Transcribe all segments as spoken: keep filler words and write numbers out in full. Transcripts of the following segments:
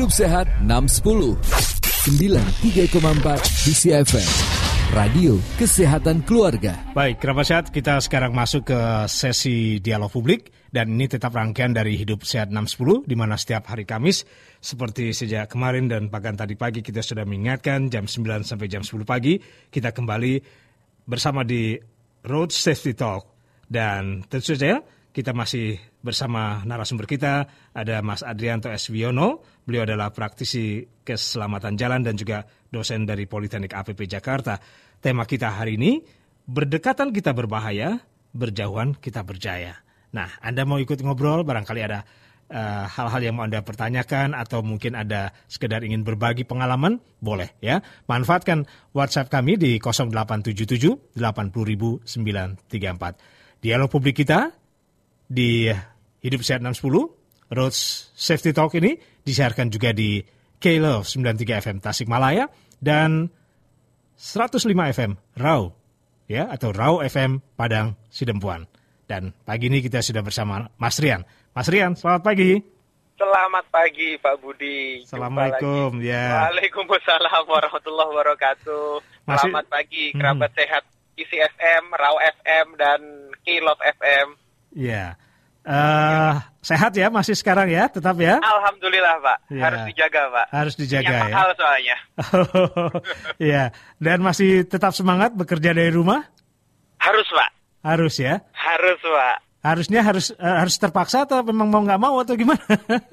Hidup Sehat enam sepuluh sembilan puluh tiga koma empat D C F M Radio Kesehatan Keluarga. Baik, kerabat sehat, kita sekarang masuk ke sesi dialog publik dan ini tetap rangkaian dari Hidup Sehat enam sepuluh di mana setiap hari Kamis seperti sejak kemarin dan bahkan tadi pagi kita sudah mengingatkan jam sembilan sampai jam sepuluh pagi kita kembali bersama di Road Safety Talk dan tentu saja kita masih bersama narasumber kita, ada Mas Adrianto S. Wiono, beliau adalah praktisi keselamatan jalan dan juga dosen dari Politeknik A P P Jakarta. Tema kita hari ini, berdekatan kita berbahaya, berjauhan kita berjaya. Nah, Anda mau ikut ngobrol, barangkali ada uh, hal-hal yang mau Anda pertanyakan atau mungkin ada sekedar ingin berbagi pengalaman, boleh ya. Manfaatkan WhatsApp kami di nol delapan tujuh tujuh delapan nol nol sembilan tiga empat. Dialog publik kita di Hidup Sehat enam sepuluh, Road Safety Talk ini disiarkan juga di K-Love sembilan puluh tiga F M Tasikmalaya dan seratus lima F M Rau, ya, atau Rau F M Padang Sidempuan. Dan pagi ini kita sudah bersama Mas Rian. Mas Rian, selamat pagi. Selamat pagi Pak Budi. Assalamualaikum. Ya. Waalaikumsalam warahmatullahi wabarakatuh. Masih... Selamat pagi kerabat hmm. sehat I C F M, Rau F M dan K-Love F M. Ya, uh, sehat ya masih sekarang ya, tetap ya? Alhamdulillah Pak, ya. Harus dijaga Pak. Harus dijaga yang ya. Mahal soalnya. Iya, dan masih tetap semangat bekerja dari rumah? Harus Pak. Harus ya? Harus Pak. Harusnya harus uh, harus terpaksa atau memang mau nggak mau atau gimana?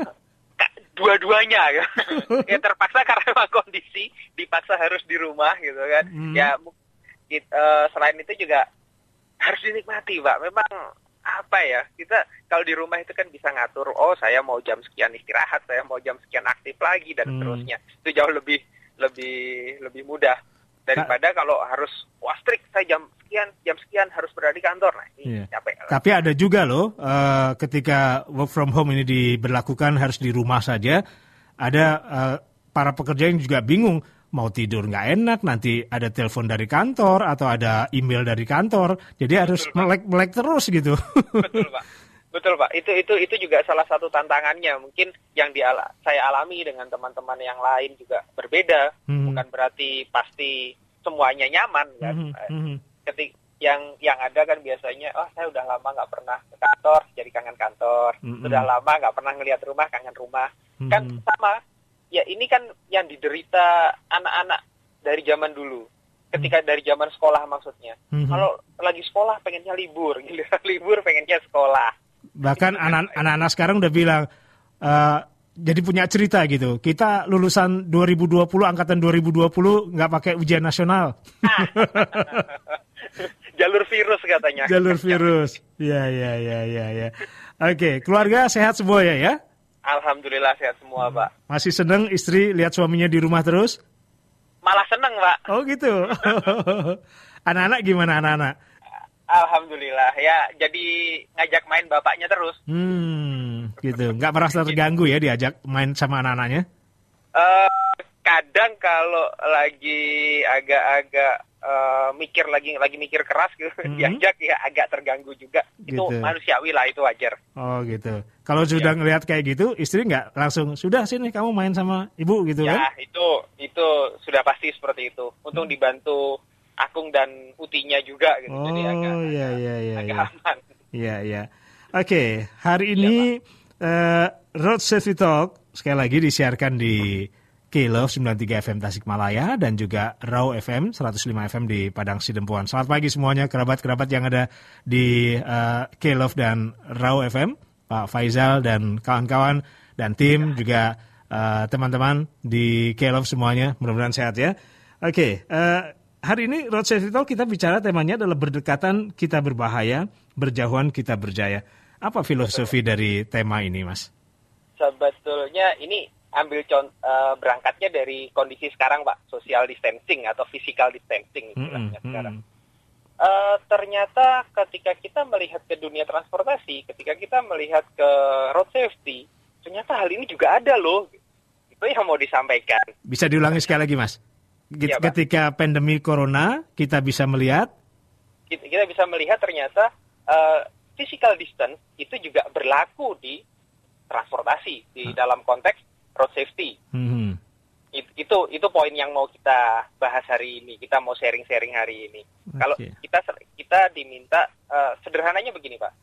Dua-duanya ya. Ya terpaksa karena memang kondisi dipaksa harus di rumah gitu kan. Hmm. Ya it, uh, selain itu juga harus dinikmati Pak. Memang apa ya, kita kalau di rumah itu kan bisa ngatur, oh saya mau jam sekian istirahat, saya mau jam sekian aktif lagi dan hmm. seterusnya. Itu jauh lebih lebih lebih mudah daripada nah, kalau harus wah strict saya jam sekian jam sekian harus berada di kantor. Nah ini yeah. capek. Tapi ada juga loh uh, ketika work from home ini diberlakukan harus di rumah saja, ada uh, para pekerja yang juga bingung. Mau tidur nggak enak, nanti ada telepon dari kantor atau ada email dari kantor, jadi harus melek-melek terus gitu. Betul Pak, betul Pak. Itu itu itu juga salah satu tantangannya. Mungkin yang diala, saya alami dengan teman-teman yang lain juga berbeda. Hmm. Bukan berarti pasti semuanya nyaman kan. Hmm. Hmm. Ketik yang yang ada kan biasanya, oh saya udah lama nggak pernah ke kantor, jadi kangen kantor. Hmm. Sudah lama nggak pernah ngelihat rumah, kangen rumah. Hmm. Kan sama. Ya ini kan yang diderita anak-anak dari zaman dulu. Ketika hmm. dari zaman sekolah maksudnya. Hmm. Kalau lagi sekolah pengennya libur. Giliran libur pengennya sekolah. Bahkan anak, anak-anak sekarang udah bilang, uh, jadi punya cerita gitu. Kita lulusan dua ribu dua puluh, angkatan dua ribu dua puluh nggak pakai ujian nasional. Jalur virus katanya. Jalur virus. Ya, ya, ya, ya, ya. Oke, keluarga sehat semua ya ya? Alhamdulillah sehat semua, Pak. Masih seneng istri lihat suaminya di rumah terus? Malah seneng, Pak. Oh gitu. Anak-anak gimana anak-anak? Alhamdulillah ya, jadi ngajak main bapaknya terus. Hmm, gitu. Nggak merasa terganggu ya diajak main sama anak-anaknya? Uh, kadang kalau lagi agak-agak uh, mikir lagi lagi mikir keras gitu, hmm. diajak ya agak terganggu juga. Itu gitu. Manusiawi lah, itu wajar. Oh gitu. Kalau sudah ya. Ngelihat kayak gitu, istri nggak langsung sudah sini kamu main sama ibu gitu ya, kan? Ya itu itu sudah pasti seperti itu. Untung hmm. dibantu Akung dan Utinya juga gitu. Oh, jadi agak iya iya iya. Agak iya. aman. Iya iya. Oke, hari ini ya, uh, Road Safety Talk sekali lagi disiarkan di K-Love sembilan puluh tiga F M Tasikmalaya dan juga Rau F M seratus lima F M di Padang Sidempuan. Selamat pagi semuanya kerabat-kerabat yang ada di uh, K-Love dan Rau F M. Pak Faizal dan kawan-kawan dan tim ya. Juga uh, teman-teman di K-Love semuanya, mudah-mudahan sehat ya. Oke, uh, hari ini Road Safety Talk kita bicara temanya adalah berdekatan kita berbahaya, berjauhan kita berjaya. Apa filosofi Betul. Dari tema ini, Mas? Sebetulnya ini ambil contoh uh, berangkatnya dari kondisi sekarang, Pak, social distancing atau physical distancing istilahnya mm-hmm. sekarang. Uh, ternyata ketika kita melihat ke dunia transportasi, ketika kita melihat ke road safety, ternyata hal ini juga ada loh. Itu yang mau disampaikan. Bisa diulangi sekali lagi, Mas? Ya, ketika Pak. Pandemi Corona, kita bisa melihat? Kita, kita bisa melihat ternyata uh, physical distance itu juga berlaku di transportasi. Di hmm. dalam konteks road safety. Hmm. It, itu itu poin yang mau kita bahas hari ini. Kita mau sharing-sharing hari ini. Okay. Kalau kita kita diminta uh, sederhananya begini, Pak.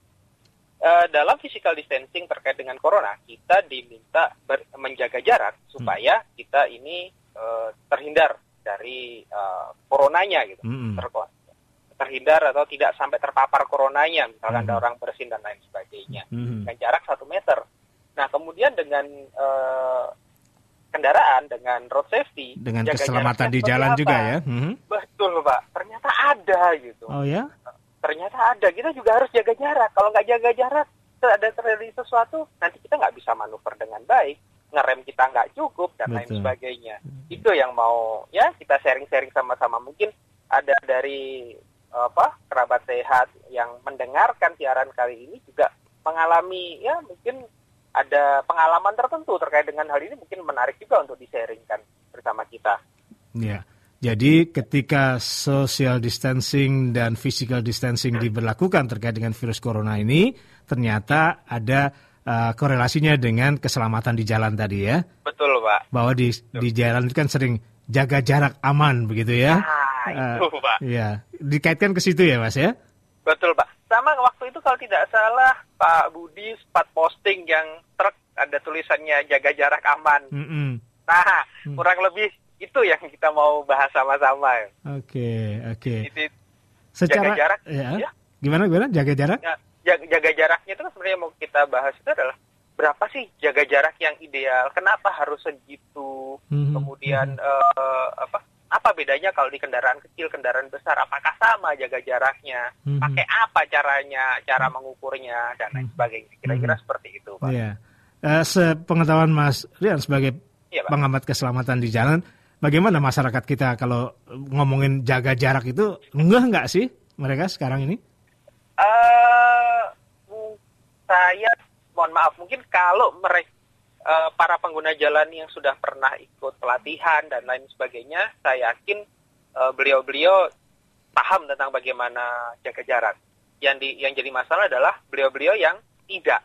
Uh, dalam physical distancing terkait dengan corona, kita diminta ber, menjaga jarak supaya hmm. kita ini uh, terhindar dari uh, coronanya gitu. Hmm. Ter, terhindar atau tidak sampai terpapar coronanya, misalkan hmm. ada orang bersin dan lain sebagainya. Hmm. Dengan jarak satu meter. Nah, kemudian dengan uh, kendaraan, dengan road safety, dengan keselamatan di jalan juga ya. Hmm. Betul, Pak. Ternyata ada gitu. Oh ya? Ternyata ada. Kita juga harus jaga jarak. Kalau nggak jaga jarak, ada terjadi sesuatu, nanti kita nggak bisa manuver dengan baik, ngerem kita nggak cukup dan Betul. lain sebagainya. Itu yang mau ya kita sharing-sharing sama-sama. Mungkin ada dari apa kerabat sehat yang mendengarkan siaran kali ini juga mengalami ya mungkin ada pengalaman tertentu terkait dengan hal ini, mungkin menarik juga untuk di-sharingkan bersama kita. Ya, jadi ketika social distancing dan physical distancing diberlakukan terkait dengan virus corona ini, ternyata ada uh, korelasinya dengan keselamatan di jalan tadi ya. Betul, Pak. Bahwa di Betul. di jalan itu kan sering jaga jarak aman begitu ya. Ah, itu, uh, Pak. Iya, dikaitkan ke situ ya, Mas ya. Betul, Pak. Sama waktu itu kalau tidak salah Pak Budi sempat posting yang truk ada tulisannya jaga jarak aman. Mm-hmm. Nah, mm. kurang lebih itu yang kita mau bahas sama-sama. Oke, okay, oke. Okay. Secara jaga jarak, ya. ya. Gimana gimana jaga jarak? Ya, jaga, jaga jaraknya itu kan sebenarnya mau kita bahas itu adalah berapa sih jaga jarak yang ideal? Kenapa harus segitu? Mm-hmm. Kemudian mm-hmm. Uh, apa? Apa bedanya kalau di kendaraan kecil, kendaraan besar? Apakah sama jaga jaraknya? Mm-hmm. Pakai apa caranya, cara mengukurnya, dan lain sebagainya. Kira-kira mm-hmm. seperti itu, Pak. Iya. Uh, sepengetahuan Mas Rian sebagai ya, pengamat keselamatan di jalan, bagaimana masyarakat kita kalau ngomongin jaga jarak itu, enggak enggak sih mereka sekarang ini? Uh, saya, mohon maaf, mungkin kalau mereka Uh, para pengguna jalan yang sudah pernah ikut pelatihan dan lain sebagainya, saya yakin uh, beliau-beliau paham tentang bagaimana jaga jarak. Yang di, yang jadi masalah adalah beliau-beliau yang tidak,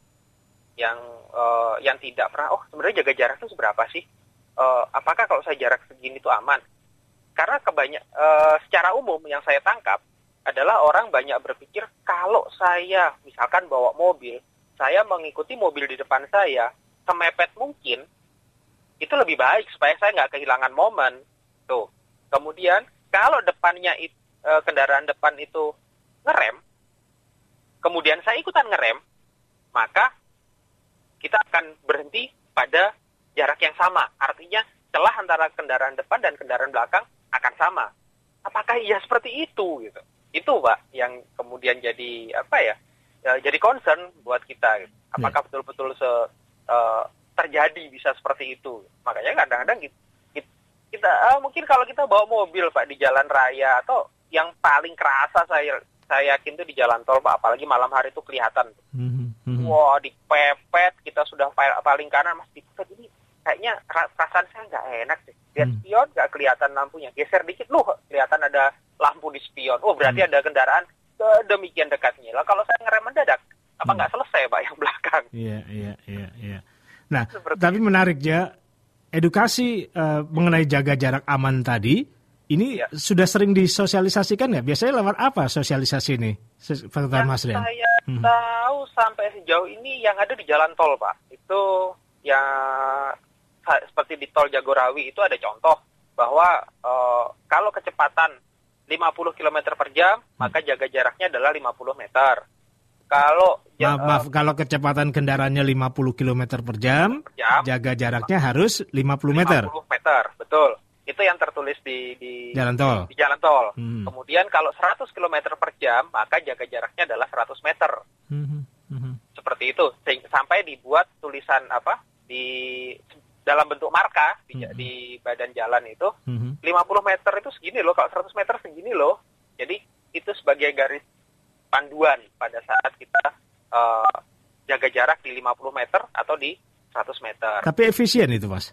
yang uh, yang tidak pernah. Oh, sebenarnya jaga jarak itu seberapa sih? Uh, apakah kalau saya jarak segini itu aman? Karena kebanyak, uh, secara umum yang saya tangkap adalah orang banyak berpikir kalau saya misalkan bawa mobil, saya mengikuti mobil di depan saya semepet mungkin, itu lebih baik supaya saya nggak kehilangan momen. Tuh. Kemudian kalau depannya it, e, kendaraan depan itu ngerem, kemudian saya ikutan ngerem, maka kita akan berhenti pada jarak yang sama. Artinya celah antara kendaraan depan dan kendaraan belakang akan sama. Apakah iya seperti itu? Gitu. Itu, Pak, yang kemudian jadi apa ya? ya jadi concern buat kita. Gitu. Apakah hmm. betul-betul se Uh, terjadi bisa seperti itu. Makanya kadang-kadang kita, kita uh, mungkin kalau kita bawa mobil, Pak, di jalan raya atau yang paling kerasa saya saya yakin itu di jalan tol, Pak, apalagi malam hari itu kelihatan. Mm-hmm. Wah, dipepet, kita sudah paling kanan masih dipepet. Ini kayaknya perasaan saya nggak enak sih. Lihat mm-hmm. spion nggak kelihatan lampunya. Geser dikit, loh kelihatan ada lampu di spion. Oh, berarti mm-hmm. ada kendaraan demikian dekatnya. Lah kalau saya ngerem mendadak, apa nggak hmm. selesai, Pak, yang belakang? Iya, iya, iya, iya. Nah, seperti tapi menarik ya, edukasi uh, mengenai jaga jarak aman tadi, ini ya. Sudah sering disosialisasikan nggak? Biasanya lewat apa sosialisasi ini, Pak Mas Rian? Saya hmm. tahu sampai sejauh ini yang ada di jalan tol, Pak. Itu yang seperti di tol Jagorawi itu ada contoh bahwa uh, kalau kecepatan lima puluh kilometer per jam, hmm. maka jaga jaraknya adalah lima puluh meter. Kalau ya, maaf, maaf, kalau kecepatan kendaraannya lima puluh kilometer per jam, per jam, jaga jaraknya harus lima puluh meter. lima puluh meter, betul. Itu yang tertulis di di jalan tol. Di, di jalan tol. Hmm. Kemudian kalau seratus kilometer per jam, maka jaga jaraknya adalah seratus meter. Hmm. Hmm. Seperti itu. Sampai dibuat tulisan apa di dalam bentuk marka di, hmm. di badan jalan itu. Hmm. lima puluh meter itu segini loh, kalau seratus meter segini loh. Jadi itu sebagai garis panduan pada saat kita uh, jaga jarak di lima puluh meter atau di seratus meter. Tapi efisien itu, Mas?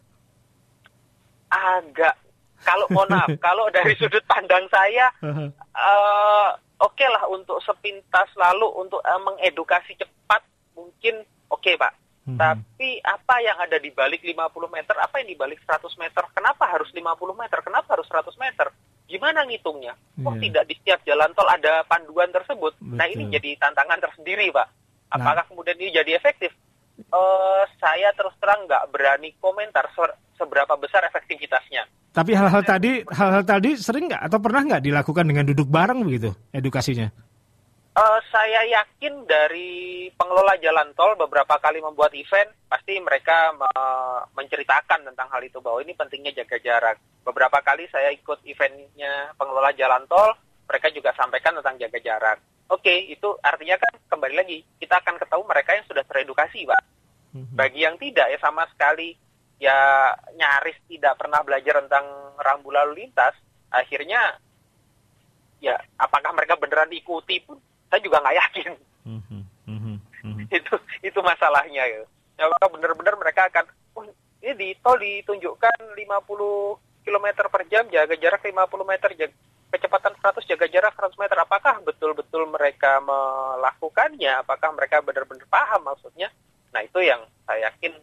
Agak. Kalau mohon maaf, kalau dari sudut pandang saya, uh, oke okay lah untuk sepintas lalu untuk uh, mengedukasi cepat mungkin oke okay, Pak. Hmm. Tapi apa yang ada di balik lima puluh meter, apa yang di balik seratus meter? Kenapa harus lima puluh meter? Kenapa harus seratus meter? Gimana ngitungnya? Kok yeah. tidak di setiap jalan tol ada panduan tersebut? Betul. Nah, ini jadi tantangan tersendiri, Pak. Apakah nah. kemudian ini jadi efektif? Uh, saya terus terang nggak berani komentar se- seberapa besar efektivitasnya. Tapi hal-hal tadi, hal-hal tadi sering nggak atau pernah nggak dilakukan dengan duduk bareng begitu edukasinya? Uh, saya yakin dari pengelola jalan tol beberapa kali membuat event, pasti mereka me- menceritakan tentang hal itu, bahwa ini pentingnya jaga jarak. Beberapa kali saya ikut eventnya pengelola jalan tol, mereka juga sampaikan tentang jaga jarak. Oke, okay, itu artinya kan kembali lagi, kita akan ketemu mereka yang sudah teredukasi, Pak. Mm-hmm. Bagi yang tidak ya sama sekali, ya nyaris tidak pernah belajar tentang rambu lalu lintas, akhirnya ya apakah mereka beneran diikuti pun saya juga nggak yakin. Mm-hmm. Mm-hmm. itu itu masalahnya ya. Apakah benar-benar mereka akan, oh ini di tol ditunjukkan lima puluh kilometer per jam, jaga jarak lima puluh meter, jaga, kecepatan seratus, jaga jarak seratus meter. Apakah betul-betul mereka melakukannya? Apakah mereka benar-benar paham maksudnya? Nah itu yang saya yakin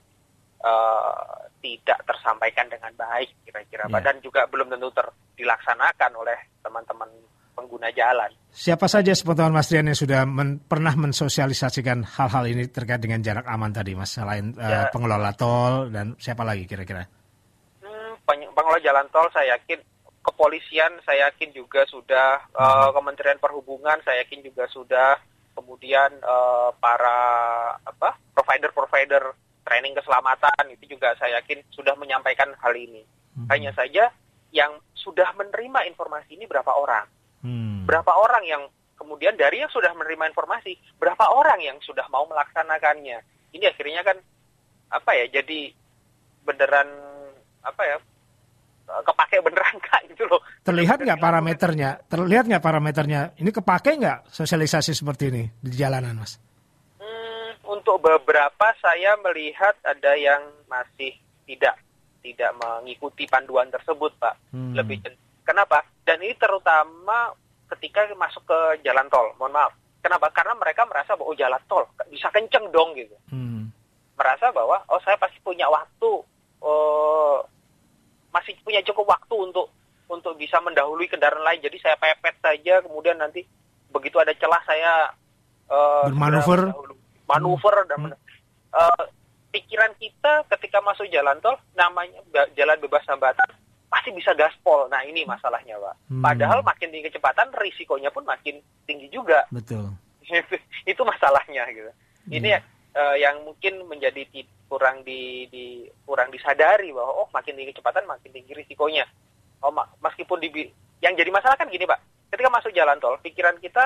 Uh, tidak tersampaikan dengan baik kira-kira, yeah. dan juga belum tentu ter- dilaksanakan oleh teman-teman pengguna jalan. Siapa saja sepengetahuan Mas Rian yang sudah men- pernah mensosialisasikan hal-hal ini terkait dengan jarak aman tadi, Mas? Selain uh, ya. pengelola tol dan siapa lagi kira-kira? Hmm, peng- pengelola jalan tol saya yakin, kepolisian saya yakin juga sudah, hmm. uh, Kementerian Perhubungan saya yakin juga sudah, kemudian uh, para apa provider-provider training keselamatan itu juga saya yakin sudah menyampaikan hal ini. Hmm. Hanya saja yang sudah menerima informasi ini berapa orang? Hmm. Berapa orang yang kemudian dari yang sudah menerima informasi, berapa orang yang sudah mau melaksanakannya? Ini akhirnya kan apa ya? Jadi beneran apa ya? Kepake beneran kak gitu loh. Terlihat nggak parameternya? Terlihat nggak parameternya? Ini kepake nggak sosialisasi seperti ini di jalanan, Mas? Untuk beberapa saya melihat ada yang masih tidak tidak mengikuti panduan tersebut, Pak. Hmm. Lebih kenapa? Dan ini terutama ketika masuk ke jalan tol. Mohon maaf. Kenapa? Karena mereka merasa bahwa oh, jalan tol bisa kenceng dong gitu. Hmm. Merasa bahwa oh saya pasti punya waktu, oh, masih punya cukup waktu untuk untuk bisa mendahului kendaraan lain. Jadi saya pepet saja, kemudian nanti begitu ada celah saya uh, bermanuver. manuver dan hmm. uh, pikiran kita ketika masuk jalan tol namanya jalan bebas hambatan pasti bisa gaspol. Nah ini masalahnya, Pak. Hmm. Padahal makin tinggi kecepatan risikonya pun makin tinggi juga. Betul. Itu masalahnya gitu. Hmm. Ini uh, yang mungkin menjadi kurang di, di kurang disadari bahwa oh makin tinggi kecepatan makin tinggi risikonya. Oh meskipun di yang jadi masalah kan gini, Pak. Ketika masuk jalan tol pikiran kita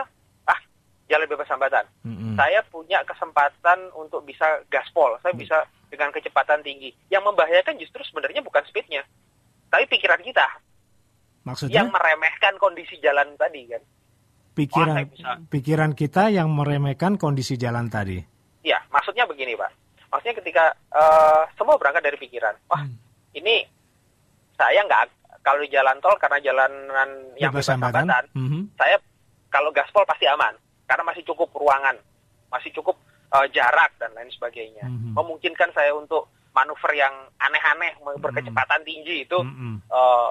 jalan bebas hambatan. Mm-hmm. Saya punya kesempatan untuk bisa gaspol. Saya bisa dengan kecepatan tinggi. Yang membahayakan justru sebenarnya bukan speednya, tapi pikiran kita. Maksudnya? Yang meremehkan kondisi jalan tadi kan. Pikiran, oh, pikiran kita yang meremehkan kondisi jalan tadi. Iya, maksudnya begini, Pak. Maksudnya ketika uh, semua berangkat dari pikiran. Wah, hmm. ini saya nggak kalau di jalan tol karena jalanan yang bebas hambatan, mm-hmm. saya kalau gaspol pasti aman. Karena masih cukup ruangan, masih cukup uh, jarak dan lain sebagainya. Mm-hmm. Memungkinkan saya untuk manuver yang aneh-aneh, berkecepatan tinggi itu, mm-hmm. uh,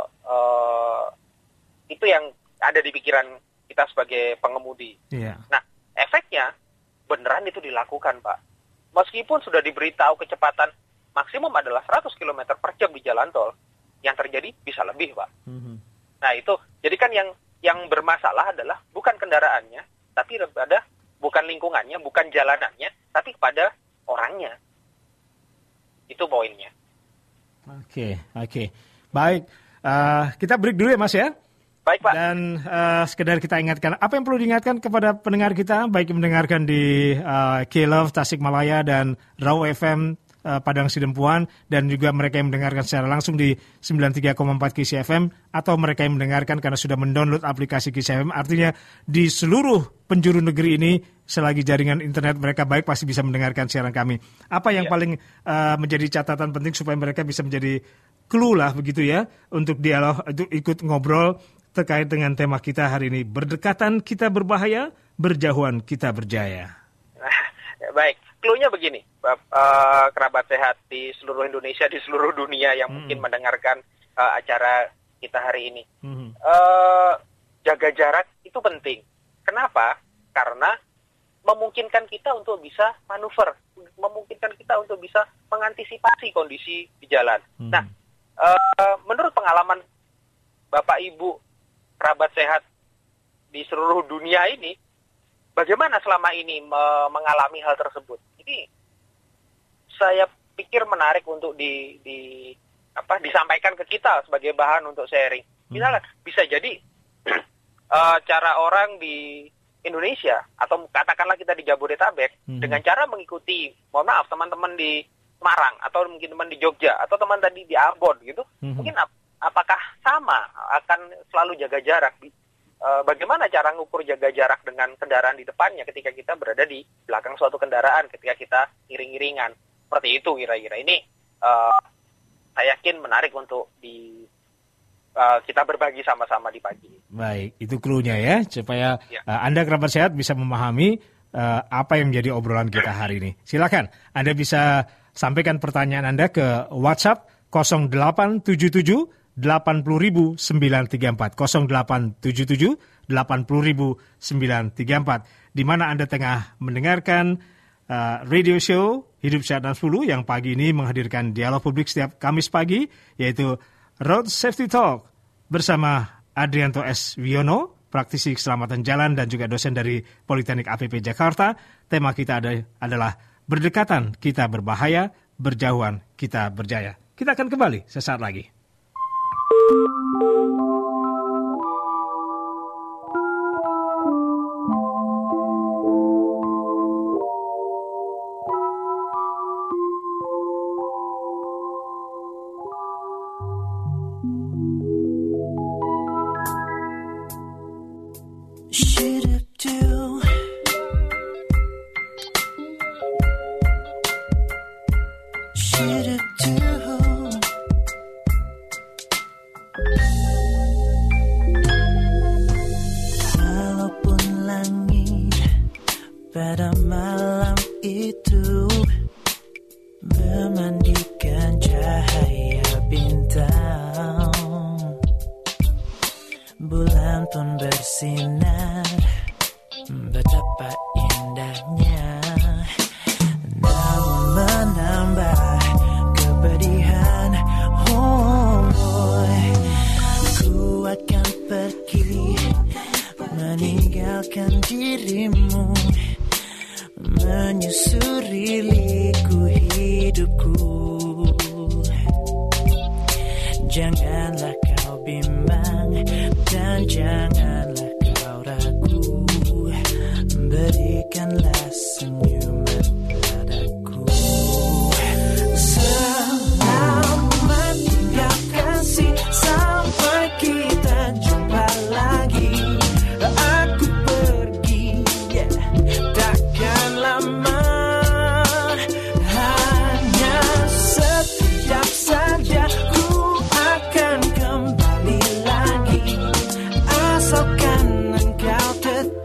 uh, itu yang ada di pikiran kita sebagai pengemudi. Yeah. Nah, efeknya beneran itu dilakukan, Pak. Meskipun sudah diberitahu kecepatan maksimum adalah seratus kilometer per jam di jalan tol, yang terjadi bisa lebih, Pak. Mm-hmm. Nah itu, jadi kan yang yang bermasalah adalah bukan kendaraannya, tapi pada bukan lingkungannya, bukan jalanannya, tapi kepada orangnya. Itu poinnya. Oke, oke. Baik, uh, kita break dulu ya, Mas ya. Baik, Pak. Dan uh, sekedar kita ingatkan, apa yang perlu diingatkan kepada pendengar kita, baik yang mendengarkan di uh, K-Love, Tasikmalaya, dan Raw F M, uh, Padang Sidempuan, dan juga mereka yang mendengarkan secara langsung di sembilan puluh tiga koma empat K C F M, atau mereka yang mendengarkan karena sudah mendownload aplikasi K C F M, artinya di seluruh penjuru negeri ini, selagi jaringan internet mereka baik, pasti bisa mendengarkan siaran kami. Apa yang ya. paling uh, menjadi catatan penting supaya mereka bisa menjadi clue lah begitu ya, untuk dialog, untuk ikut ngobrol terkait dengan tema kita hari ini, berdekatan kita berbahaya, berjauhan kita berjaya. Baik, clue-nya begini, uh, kerabat sehat di seluruh Indonesia, di seluruh dunia yang hmm. mungkin mendengarkan uh, acara kita hari ini. Hmm. Uh, jaga jarak itu penting. Kenapa? Karena memungkinkan kita untuk bisa manuver, memungkinkan kita untuk bisa mengantisipasi kondisi di jalan. Hmm. Nah, uh, menurut pengalaman Bapak Ibu kerabat sehat di seluruh dunia ini, bagaimana selama ini me- mengalami hal tersebut? Ini saya pikir menarik untuk di, di apa disampaikan ke kita sebagai bahan untuk sharing. Misalnya hmm. bisa jadi uh, cara orang di Indonesia atau katakanlah kita di Jabodetabek hmm. dengan cara mengikuti, mohon maaf teman-teman di Semarang atau mungkin teman di Jogja atau teman tadi di Ambon gitu, hmm. mungkin ap- apakah sama akan selalu jaga jarak? Uh, bagaimana cara ngukur jaga jarak dengan kendaraan di depannya ketika kita berada di belakang suatu kendaraan, ketika kita iring-iringan seperti itu kira-kira ini uh, saya yakin menarik untuk di Uh, kita berbagi sama-sama di pagi. Baik, itu clue-nya ya, supaya ya. Uh, Anda kerabat sehat bisa memahami uh, apa yang menjadi obrolan kita hari ini. Silakan, Anda bisa sampaikan pertanyaan Anda ke WhatsApp nol delapan tujuh tujuh delapan nol nol sembilan tiga empat nol delapan tujuh tujuh delapan nol nol sembilan tiga empat, di mana Anda tengah mendengarkan uh, radio show Hidup Sehat enam sepuluh yang pagi ini menghadirkan dialog publik setiap Kamis pagi, yaitu Road Safety Talk bersama Adrianto S. Wiono, praktisi keselamatan jalan dan juga dosen dari Politeknik A P P Jakarta. Tema kita ada, adalah berdekatan kita berbahaya, berjauhan kita berjaya. Kita akan kembali sesaat lagi. Janganlah kau bimbang dan janganlah kau ragu, berikanlah senyuman padaku. Selamat tinggal kasih, sampai kita jumpa lagi. Aku pergi, yeah, takkan lama, hanya sekejap saja. Asalkan engkau tetap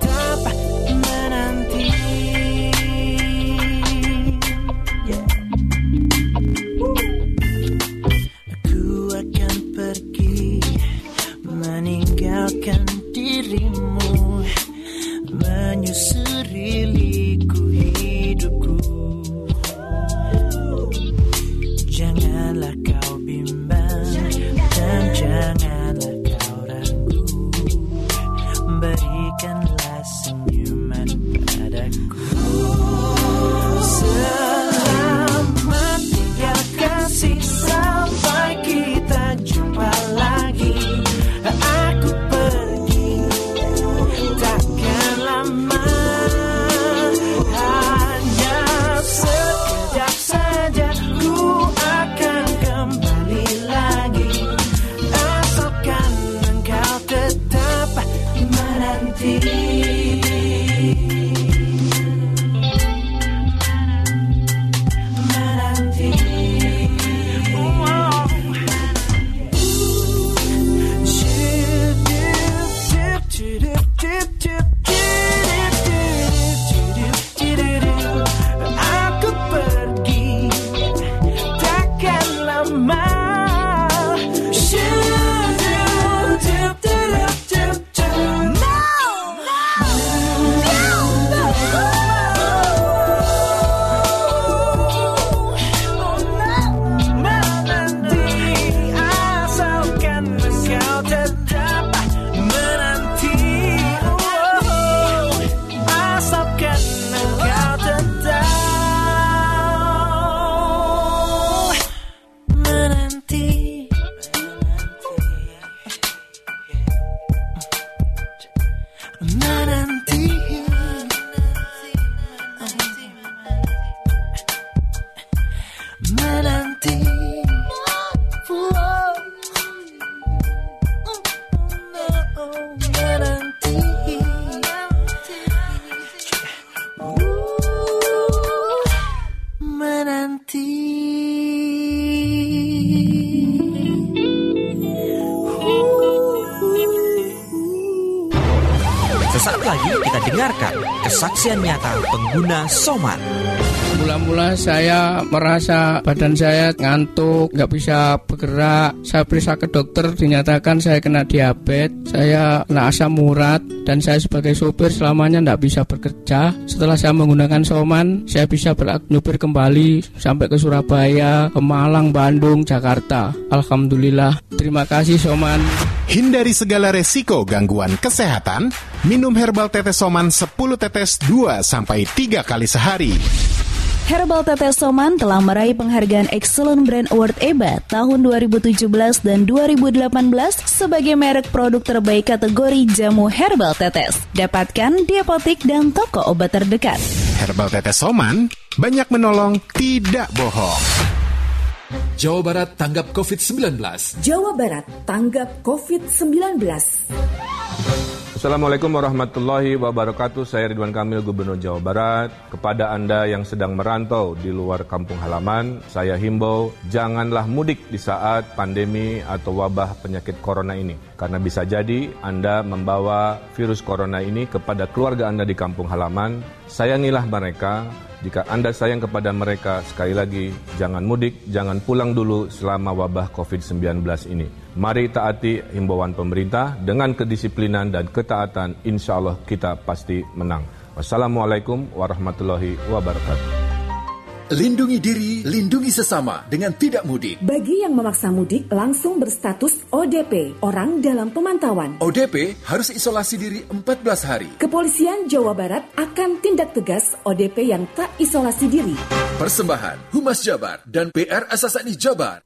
Sesaat lagi kita dengarkan kesaksian nyata pengguna Soman. Mula-mula saya merasa badan saya ngantuk, nggak bisa bergerak. Saya periksa ke dokter, dinyatakan saya kena diabetes, saya kena asam urat, dan saya sebagai sopir selamanya nggak bisa bekerja. Setelah saya menggunakan Soman, saya bisa bernyupir kembali sampai ke Surabaya, ke Malang, Bandung, Jakarta. Alhamdulillah, terima kasih Soman. Hindari segala resiko gangguan kesehatan. Minum Herbal Tetes Soman sepuluh tetes dua sampai tiga kali sehari. Herbal Tetes Soman telah meraih penghargaan Excellent Brand Award E B A tahun dua ribu tujuh belas dan dua ribu delapan belas sebagai merek produk terbaik kategori jamu Herbal Tetes. Dapatkan di apotik dan toko obat terdekat. Herbal Tetes Soman, banyak menolong, tidak bohong. Jawa Barat tanggap covid sembilan belas. Jawa Barat tanggap covid sembilan belas. Assalamualaikum warahmatullahi wabarakatuh. Saya Ridwan Kamil, Gubernur Jawa Barat. Kepada Anda yang sedang merantau di luar kampung halaman, saya himbau janganlah mudik di saat pandemi atau wabah penyakit corona ini. Karena bisa jadi Anda membawa virus corona ini kepada keluarga Anda di kampung halaman. Sayangilah mereka. Jika Anda sayang kepada mereka, sekali lagi, jangan mudik, jangan pulang dulu selama wabah covid sembilan belas ini. Mari taati himbauan pemerintah dengan kedisiplinan dan ketaatan, insya Allah kita pasti menang. Wassalamualaikum warahmatullahi wabarakatuh. Lindungi diri, lindungi sesama dengan tidak mudik. Bagi yang memaksa mudik, langsung berstatus O D P, orang dalam pemantauan. O D P harus isolasi diri empat belas hari. Kepolisian Jawa Barat akan tindak tegas O D P yang tak isolasi diri. Persembahan Humas Jabar dan P R Asasani Jabar.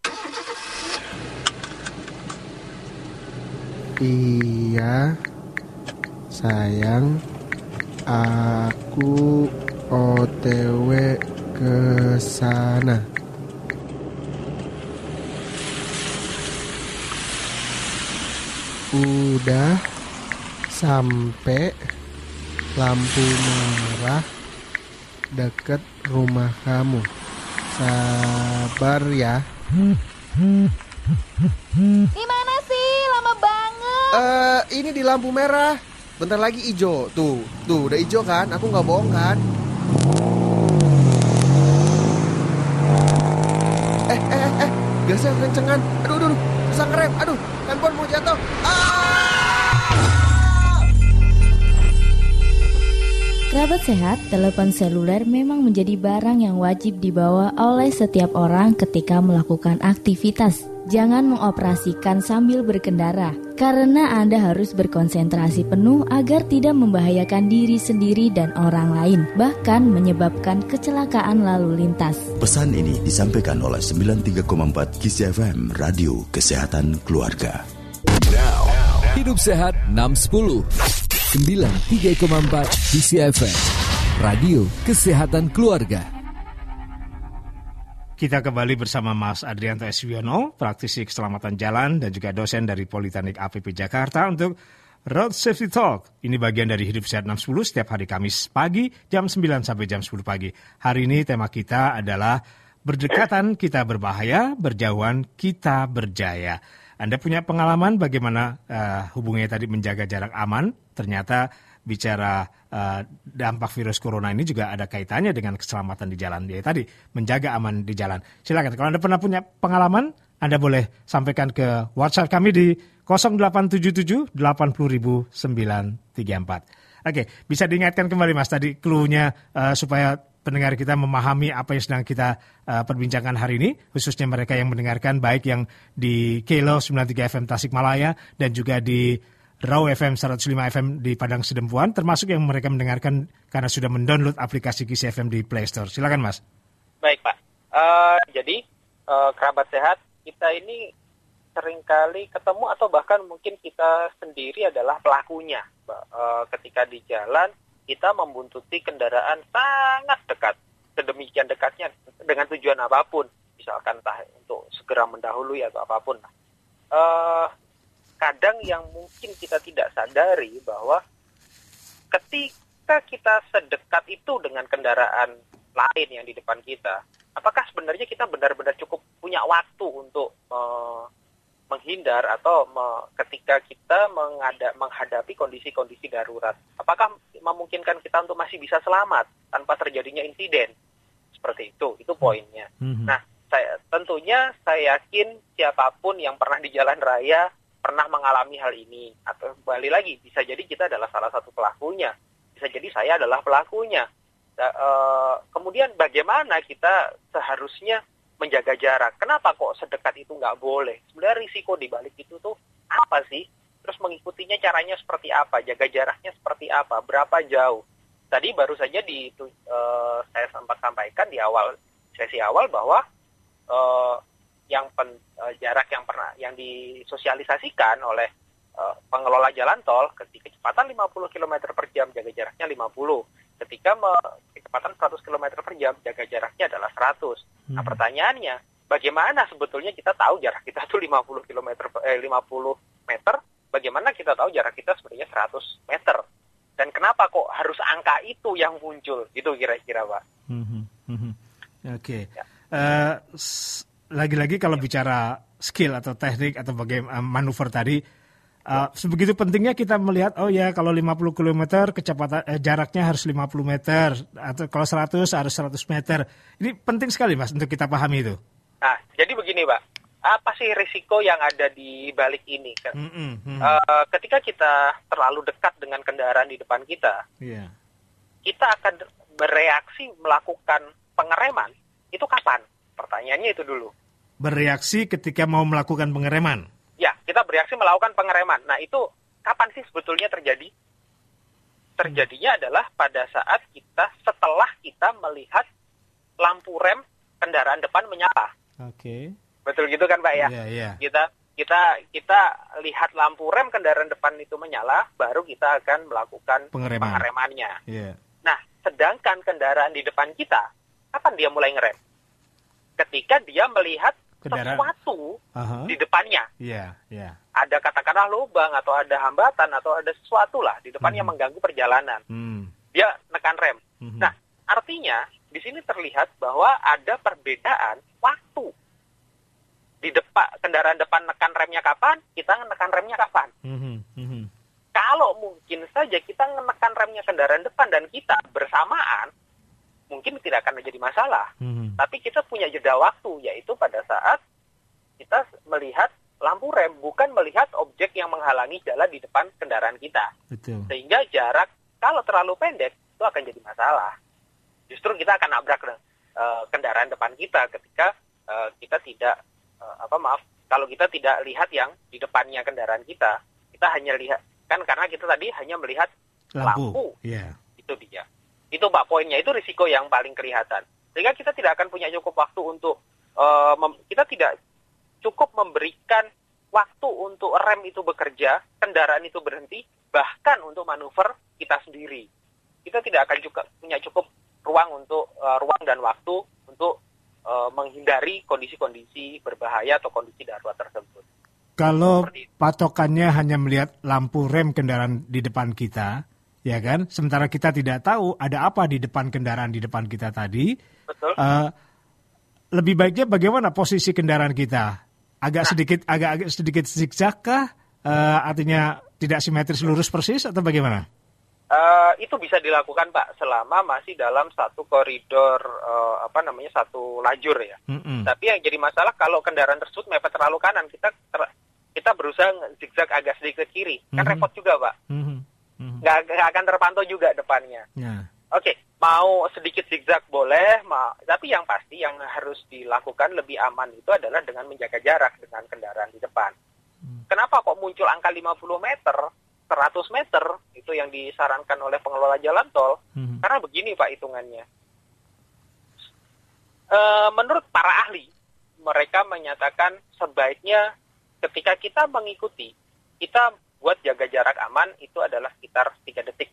Iya, sayang, aku O T W ke sana. Udah sampai lampu merah deket rumah kamu. Sabar ya. Di mana sih? Lama banget. Eh, uh, ini di lampu merah. Bentar lagi hijau. Tuh, tuh udah hijau kan? Aku nggak bohong kan? Eh, eh, eh, eh, gasnya kencengan. Aduh, aduh, susah ngerem. Aduh, handphone mau jatuh. Ah! Kerabat sehat, telepon seluler memang menjadi barang yang wajib dibawa oleh setiap orang ketika melakukan aktivitas. Jangan mengoperasikan sambil berkendara, karena Anda harus berkonsentrasi penuh agar tidak membahayakan diri sendiri dan orang lain, bahkan menyebabkan kecelakaan lalu lintas. Pesan ini disampaikan oleh sembilan puluh tiga koma empat Kiss F M, Radio Kesehatan Keluarga. Now, Hidup Sehat enam sepuluh, sembilan puluh tiga koma empat Kiss F M, Radio Kesehatan Keluarga. Kita kembali bersama Mas Adrianto S. Wiono, praktisi keselamatan jalan dan juga dosen dari Politeknik A P P Jakarta untuk Road Safety Talk. Ini bagian dari Hidup Sehat enam sepuluh setiap hari Kamis pagi jam sembilan sampai jam sepuluh pagi. Hari ini tema kita adalah berdekatan kita berbahaya, berjauhan kita berjaya. Anda punya pengalaman bagaimana uh, hubungannya tadi menjaga jarak aman? Ternyata bicara uh, dampak virus corona ini juga ada kaitannya dengan keselamatan di jalan. Ya tadi, menjaga aman di jalan. Silakan, kalau Anda pernah punya pengalaman, Anda boleh sampaikan ke WhatsApp kami di nol delapan tujuh tujuh delapan nol nol sembilan tiga empat. Oke, bisa diingatkan kembali Mas, tadi clue-nya uh, supaya pendengar kita memahami apa yang sedang kita uh, perbincangkan hari ini, khususnya mereka yang mendengarkan baik yang di Kelo sembilan puluh tiga F M Tasikmalaya dan juga di Raw F M seratus lima F M di Padang Sidempuan, termasuk yang mereka mendengarkan karena sudah mendownload aplikasi Kiss F M di Play Store. Silakan Mas. Baik Pak, uh, jadi uh, kerabat sehat kita ini seringkali ketemu atau bahkan mungkin kita sendiri adalah pelakunya. Uh, ketika di jalan kita membuntuti kendaraan sangat dekat, sedemikian dekatnya dengan tujuan apapun, misalkan entah untuk segera mendahului atau apapun. Uh, Kadang yang mungkin kita tidak sadari bahwa ketika kita sedekat itu dengan kendaraan lain yang di depan kita, apakah sebenarnya kita benar-benar cukup punya waktu untuk uh, menghindar atau me, ketika kita mengada, menghadapi kondisi-kondisi darurat, apakah memungkinkan kita untuk masih bisa selamat tanpa terjadinya insiden? Seperti itu, itu poinnya. Mm-hmm. Nah, saya tentunya saya yakin siapapun yang pernah di jalan raya pernah mengalami hal ini, atau kembali lagi bisa jadi kita adalah salah satu pelakunya, bisa jadi saya adalah pelakunya. Nah, e, kemudian bagaimana kita seharusnya menjaga jarak? Kenapa kok sedekat itu nggak boleh? Sebenarnya risiko di balik itu tuh apa sih? Terus mengikutinya caranya seperti apa? Jaga jaraknya seperti apa? Berapa jauh? Tadi baru saja di itu, uh, saya sempat sampaikan di awal sesi awal bahwa uh, yang pen, uh, jarak yang pernah yang disosialisasikan oleh uh, pengelola jalan tol ketika kecepatan lima puluh kilometer per jam jaga jaraknya lima puluh. Ketika me- kecepatan seratus kilometer per jam, jaga jaraknya adalah seratus. Hmm. Nah, pertanyaannya, bagaimana sebetulnya kita tahu jarak kita itu lima puluh kilometer, eh, lima puluh meter, bagaimana kita tahu jarak kita sebenarnya seratus meter? Dan kenapa kok harus angka itu yang muncul? Itu kira-kira, Pak. Hmm. Hmm. Oke. Okay. Ya. Uh, s- lagi-lagi kalau ya. bicara skill atau teknik atau bagaimana manuver tadi, Uh, sebegitu pentingnya kita melihat, oh ya kalau lima puluh kilometer kecepatan eh, jaraknya harus lima puluh meter, atau kalau seratus harus seratus meter. Ini penting sekali, Mas, untuk kita pahami itu. Nah, jadi begini, Pak. Apa sih risiko yang ada di balik ini? Mm-hmm. Uh, ketika kita terlalu dekat dengan kendaraan di depan kita, yeah. kita akan bereaksi melakukan pengereman. Itu kapan? Pertanyaannya itu dulu. Bereaksi ketika mau melakukan pengereman? Ya, kita bereaksi melakukan pengereman. Nah, itu kapan sih sebetulnya terjadi? Terjadinya adalah pada saat kita, setelah kita melihat lampu rem kendaraan depan menyala. Oke. Okay. Betul gitu kan, Pak ya? Yeah, yeah. Kita kita kita lihat lampu rem kendaraan depan itu menyala, baru kita akan melakukan Pengereman. pengeremannya. Yeah. Nah, sedangkan kendaraan di depan kita, kapan dia mulai ngerem? Ketika dia melihat kendaraan. sesuatu uh-huh. di depannya. Yeah, yeah. Ada katakanlah lubang atau ada hambatan atau ada sesuatu lah di depannya mm. mengganggu perjalanan. Mm. Dia nekan rem. Mm-hmm. Nah, artinya di sini terlihat bahwa ada perbedaan waktu. Di depan kendaraan depan nekan remnya kapan, kita nekan remnya kapan. Mm-hmm. Mm-hmm. Kalau mungkin saja kita menekan remnya kendaraan depan dan kita bersamaan, mungkin tidak akan menjadi masalah. Hmm. Tapi kita punya jeda waktu, yaitu pada saat kita melihat lampu rem, bukan melihat objek yang menghalangi jalan di depan kendaraan kita. Betul. Sehingga jarak, kalau terlalu pendek, itu akan jadi masalah. Justru kita akan nabrak uh, kendaraan depan kita ketika uh, kita tidak, uh, apa maaf, kalau kita tidak lihat yang di depannya kendaraan kita, kita hanya lihat, kan karena kita tadi hanya melihat lampu. lampu. Yeah. Itu dia. Itu Pak poinnya, itu risiko yang paling kelihatan. Sehingga kita tidak akan punya cukup waktu untuk, uh, mem- kita tidak cukup memberikan waktu untuk rem itu bekerja, kendaraan itu berhenti, bahkan untuk manuver kita sendiri. Kita tidak akan juga punya cukup ruang untuk, uh, ruang dan waktu untuk uh, menghindari kondisi-kondisi berbahaya atau kondisi darurat tersebut. Kalau patokannya hanya melihat lampu rem kendaraan di depan kita, ya kan? Sementara kita tidak tahu ada apa di depan kendaraan di depan kita tadi. Betul. Uh, lebih baiknya bagaimana posisi kendaraan kita? Agak nah. sedikit, agak, agak sedikit zigzag kah? Uh, artinya tidak simetris lurus persis atau bagaimana? Uh, itu bisa dilakukan, Pak, selama masih dalam satu koridor, uh, apa namanya, satu lajur ya. Mm-hmm. Tapi yang jadi masalah kalau kendaraan tersebut mepet terlalu kanan, kita ter- kita berusaha zigzag agak sedikit ke kiri, mm-hmm. kan repot juga, Pak. Mm-hmm. Nggak, nggak akan terpantau juga depannya. Yeah. Oke, okay, mau sedikit zigzag boleh, ma- tapi yang pasti yang harus dilakukan lebih aman itu adalah dengan menjaga jarak dengan kendaraan di depan. Hmm. Kenapa kok muncul angka lima puluh meter, seratus meter, itu yang disarankan oleh pengelola jalan tol? Hmm. Karena begini Pak hitungannya. E, menurut para ahli, mereka menyatakan sebaiknya ketika kita mengikuti, kita buat jaga jarak aman itu adalah sekitar tiga detik.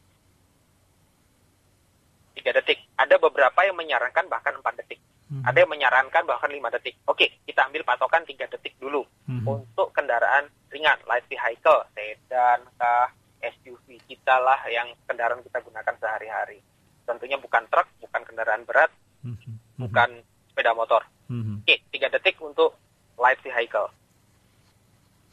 tiga detik. Ada beberapa yang menyarankan bahkan empat detik. Hmm. Ada yang menyarankan bahkan lima detik. Oke, kita ambil patokan tiga detik dulu. Hmm. Untuk kendaraan ringan, light vehicle, sedan, kah, S U V kita lah yang kendaraan kita gunakan sehari-hari. Tentunya bukan truk, bukan kendaraan berat, hmm. bukan sepeda motor. Hmm. Oke, tiga detik untuk light vehicle.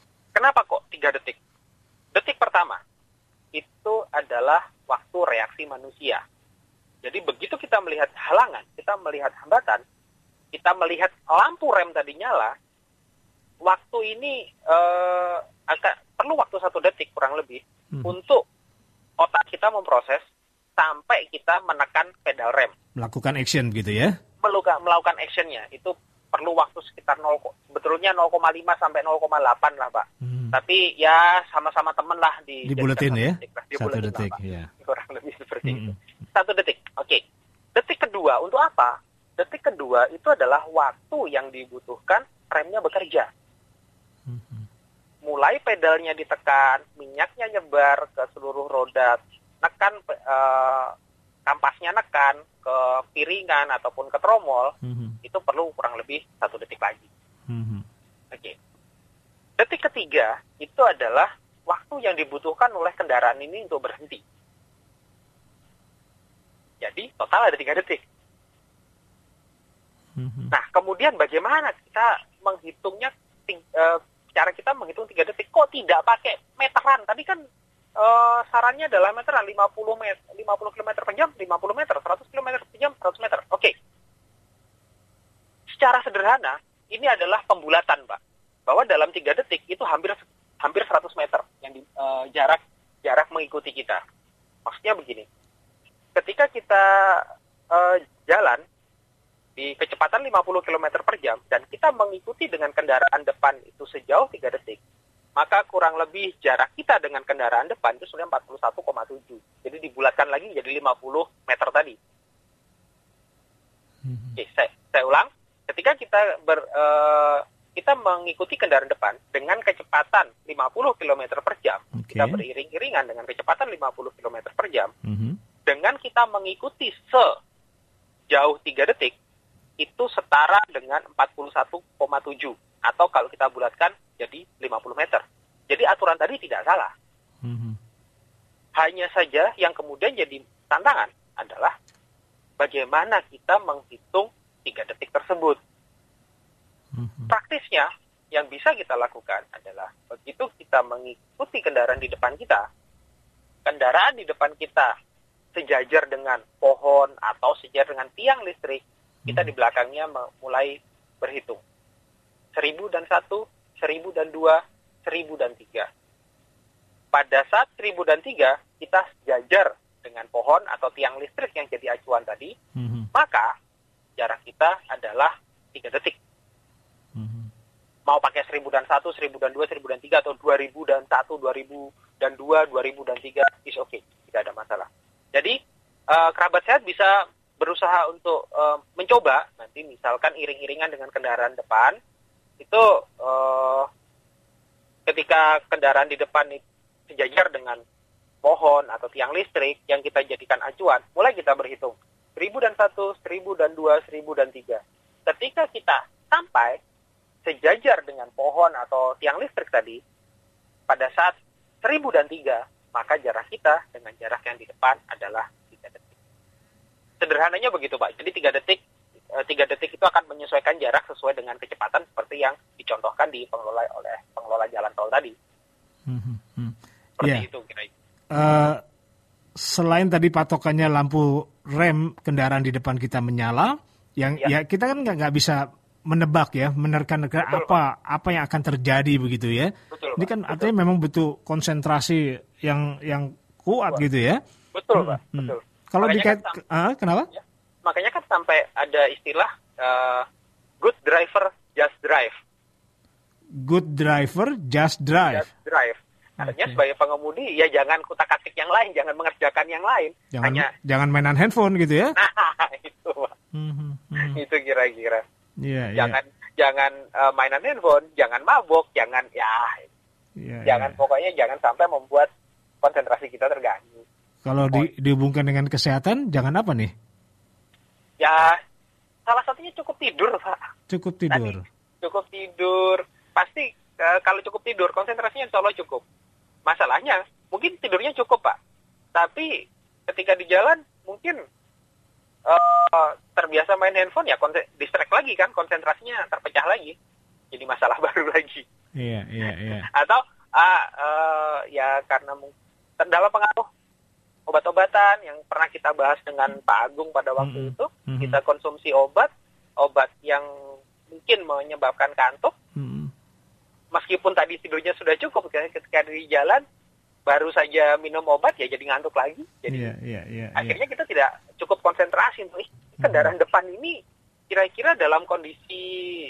tiga detik. Detik pertama itu adalah waktu reaksi manusia. Jadi begitu kita melihat halangan, kita melihat hambatan, kita melihat lampu rem tadi nyala, waktu ini eh, agak perlu waktu satu detik kurang lebih hmm. untuk otak kita memproses sampai kita menekan pedal rem. Melakukan action gitu ya? Melakukan, melakukan actionnya itu perlu waktu sekitar nol, sebetulnya nol koma lima sampai nol koma delapan lah Pak. Hmm. Tapi ya sama-sama temen lah di dibuletin ya, detik, lah. satu detik lah, ya. Kurang lebih seperti hmm. itu. Satu detik, oke. Okay. Detik kedua untuk apa? Detik kedua itu adalah waktu yang dibutuhkan remnya bekerja. Hmm. Mulai pedalnya ditekan, minyaknya nyebar ke seluruh roda, nekan uh, kampasnya nekan ke piringan ataupun ke tromol, mm-hmm. itu perlu kurang lebih satu detik lagi. Mm-hmm. Oke. Okay. Detik ketiga itu adalah waktu yang dibutuhkan oleh kendaraan ini untuk berhenti. Jadi total ada tiga detik. Mm-hmm. Nah, kemudian bagaimana kita menghitungnya? Ting- uh, cara kita menghitung tiga detik kok tidak pakai meteran? Tadi kan Uh, sarannya adalah meteran lima puluh kilometer per jam, lima puluh meter, seratus kilometer per jam, seratus meter. Oke. Okay. Secara sederhana, ini adalah pembulatan, Pak. Bahwa dalam tiga detik itu hampir hampir seratus meter yang di, uh, jarak jarak mengikuti kita. Maksudnya begini. Ketika kita uh, jalan di kecepatan lima puluh kilometer per jam dan kita mengikuti dengan kendaraan depan itu sejauh tiga detik, maka kurang lebih jarak kita dengan kendaraan depan itu sudah empat puluh satu koma tujuh. Jadi dibulatkan lagi jadi lima puluh meter tadi. Hmm. Oke, saya, saya ulang. Ketika kita ber, uh, kita mengikuti kendaraan depan dengan kecepatan lima puluh kilometer per jam, okay. kita beriring-iringan dengan kecepatan lima puluh kilometer per jam, hmm. dengan kita mengikuti sejauh tiga detik, itu setara dengan empat puluh satu koma tujuh. Atau kalau kita bulatkan jadi lima puluh meter. Jadi aturan tadi tidak salah. Mm-hmm. Hanya saja yang kemudian jadi tantangan adalah bagaimana kita menghitung tiga detik tersebut. Mm-hmm. Praktisnya yang bisa kita lakukan adalah begitu kita mengikuti kendaraan di depan kita, kendaraan di depan kita sejajar dengan pohon atau sejajar dengan tiang listrik, kita di belakangnya mulai berhitung. Seribu dan satu, seribu dan dua, seribu dan tiga. Pada saat seribu dan tiga, kita sejajar dengan pohon atau tiang listrik yang jadi acuan tadi, mm-hmm. maka jarak kita adalah tiga detik. Mm-hmm. Mau pakai seribu dan satu, seribu dan dua, seribu dan tiga, atau dua ribu dan satu, dua ribu dan dua, dua ribu dan tiga, is okay, tidak ada masalah. Jadi, uh, kerabat sehat bisa berusaha untuk uh, mencoba, nanti misalkan iring-iringan dengan kendaraan depan, itu uh, ketika kendaraan di depan sejajar dengan pohon atau tiang listrik yang kita jadikan acuan, mulai kita berhitung seribu dan satu, seribu dan dua, seribu dan tiga. Ketika kita sampai sejajar dengan pohon atau tiang listrik tadi, pada saat seribu dan tiga, maka jarak kita dengan jarak yang di depan adalah tiga detik. Sederhananya begitu Pak, jadi tiga detik tiga detik itu akan menyesuaikan jarak sesuai dengan kecepatan seperti yang dicontohkan di pengelola oleh pengelola jalan tol tadi. Hmm, hmm. Seperti yeah. itu kira-kira. Uh, selain tadi patokannya lampu rem kendaraan di depan kita menyala, yang yeah. ya kita kan nggak bisa menebak ya, menerka-nerka apa Pak. apa yang akan terjadi begitu ya. Betul, Ini kan Pak. Artinya Betul. memang butuh konsentrasi yang yang kuat Betul. gitu ya. Betul Pak. Hmm. Betul. Kalau dikait, kan, uh, kenapa? Ya. Makanya kan sampai ada istilah uh, good driver just drive. Good driver just drive. Just drive. Artinya okay. sebagai pengemudi ya jangan kutak-atik yang lain, jangan mengerjakan yang lain. Jangan, Hanya jangan mainan handphone gitu ya. Nah, itu Pak. Mm-hmm. Mm-hmm. Itu kira-kira. Yeah, jangan yeah. jangan uh, mainan handphone, jangan mabuk, jangan ya. Yeah, jangan yeah. pokoknya jangan sampai membuat konsentrasi kita terganggu. Kalau di, dihubungkan dengan kesehatan, jangan apa nih? Ya, salah satunya cukup tidur, Pak. Cukup tidur. Tadi, cukup tidur. Pasti uh, kalau cukup tidur, konsentrasinya insya Allah cukup. Masalahnya, mungkin tidurnya cukup, Pak. Tapi ketika di jalan, mungkin uh, terbiasa main handphone, ya konsen- distract lagi kan, konsentrasinya terpecah lagi. Jadi masalah baru lagi. Iya, iya, iya. Atau ah uh, ya karena dalam pengaruh obat-obatan yang pernah kita bahas dengan Pak Agung pada waktu mm-hmm. itu, mm-hmm. kita konsumsi obat, obat yang mungkin menyebabkan kantuk. Mm-hmm. Meskipun tadi tidurnya sudah cukup, ketika di jalan baru saja minum obat ya jadi ngantuk lagi. Jadi yeah, yeah, yeah, akhirnya yeah. kita tidak cukup konsentrasi untuk mm-hmm. kendaraan depan ini kira-kira dalam kondisi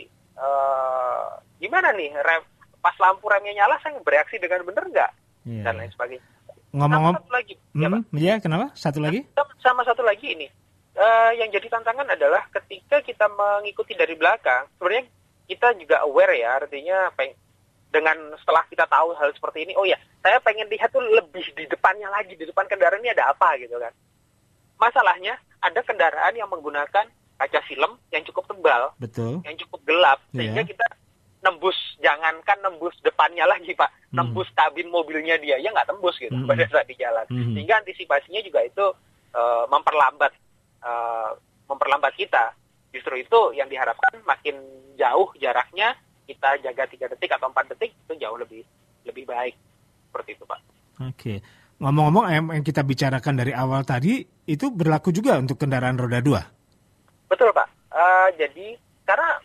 uh, gimana nih, rem, pas lampu remnya nyala saya bereaksi dengan benar nggak yeah. dan lain sebagainya. Ngomong-ngomong, satu lagi, hmm, ya, Pak? Ya, kenapa? Satu lagi? Sama, sama satu lagi ini, uh, yang jadi tantangan adalah ketika kita mengikuti dari belakang, sebenarnya kita juga aware ya, artinya peng- dengan setelah kita tahu hal seperti ini, oh ya, saya pengen lihat tuh lebih di depannya lagi, di depan kendaraan ini ada apa gitu kan. Masalahnya, ada kendaraan yang menggunakan kaca film yang cukup tebal, betul, yang cukup gelap, yeah. sehingga kita nembus, jangankan nembus depannya lagi Pak, hmm. nembus kabin mobilnya dia, ya nggak tembus gitu hmm. pada saat di jalan. Hmm. Sehingga antisipasinya juga itu uh, memperlambat, uh, memperlambat kita. Justru itu yang diharapkan makin jauh jaraknya, kita jaga tiga detik atau empat detik, itu jauh lebih lebih baik. Seperti itu Pak. Oke, ngomong-ngomong yang kita bicarakan dari awal tadi, itu berlaku juga untuk kendaraan roda dua? Betul Pak, uh, jadi karena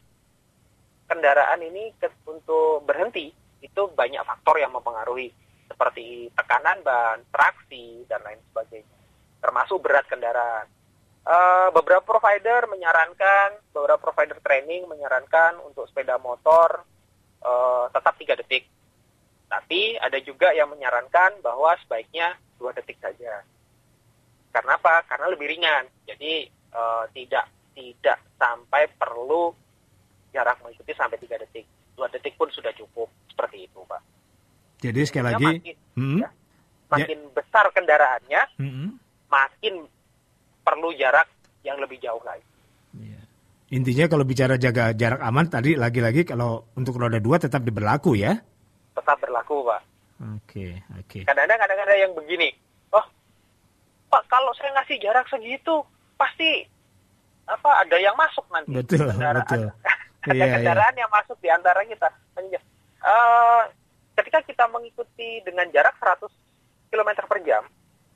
kendaraan ini ke, untuk berhenti itu banyak faktor yang mempengaruhi seperti tekanan ban, traksi dan lain sebagainya, termasuk berat kendaraan. Uh, beberapa provider menyarankan, beberapa provider training menyarankan untuk sepeda motor uh, tetap tiga detik. Tapi ada juga yang menyarankan bahwa sebaiknya dua detik saja. Karena apa? Karena lebih ringan. Jadi uh, tidak tidak sampai perlu jarak mengikuti sampai tiga detik. dua detik pun sudah cukup. Seperti itu, Pak. Jadi sekali lagi, makin, hmm, ya, makin ya. besar kendaraannya, hmm. makin perlu jarak yang lebih jauh lagi. Ya. Intinya kalau bicara jaga jarak aman, tadi lagi-lagi kalau untuk roda dua tetap berlaku ya? Tetap berlaku, Pak. Oke, oke. Kadang-kadang kadang-kadang yang begini, oh, Pak, kalau saya ngasih jarak segitu, pasti apa ada yang masuk nanti. Betul, kendaraan. betul. Ada iya, kendaraan iya. yang masuk di antara kita. Uh, ketika kita mengikuti dengan jarak seratus kilometer per jam,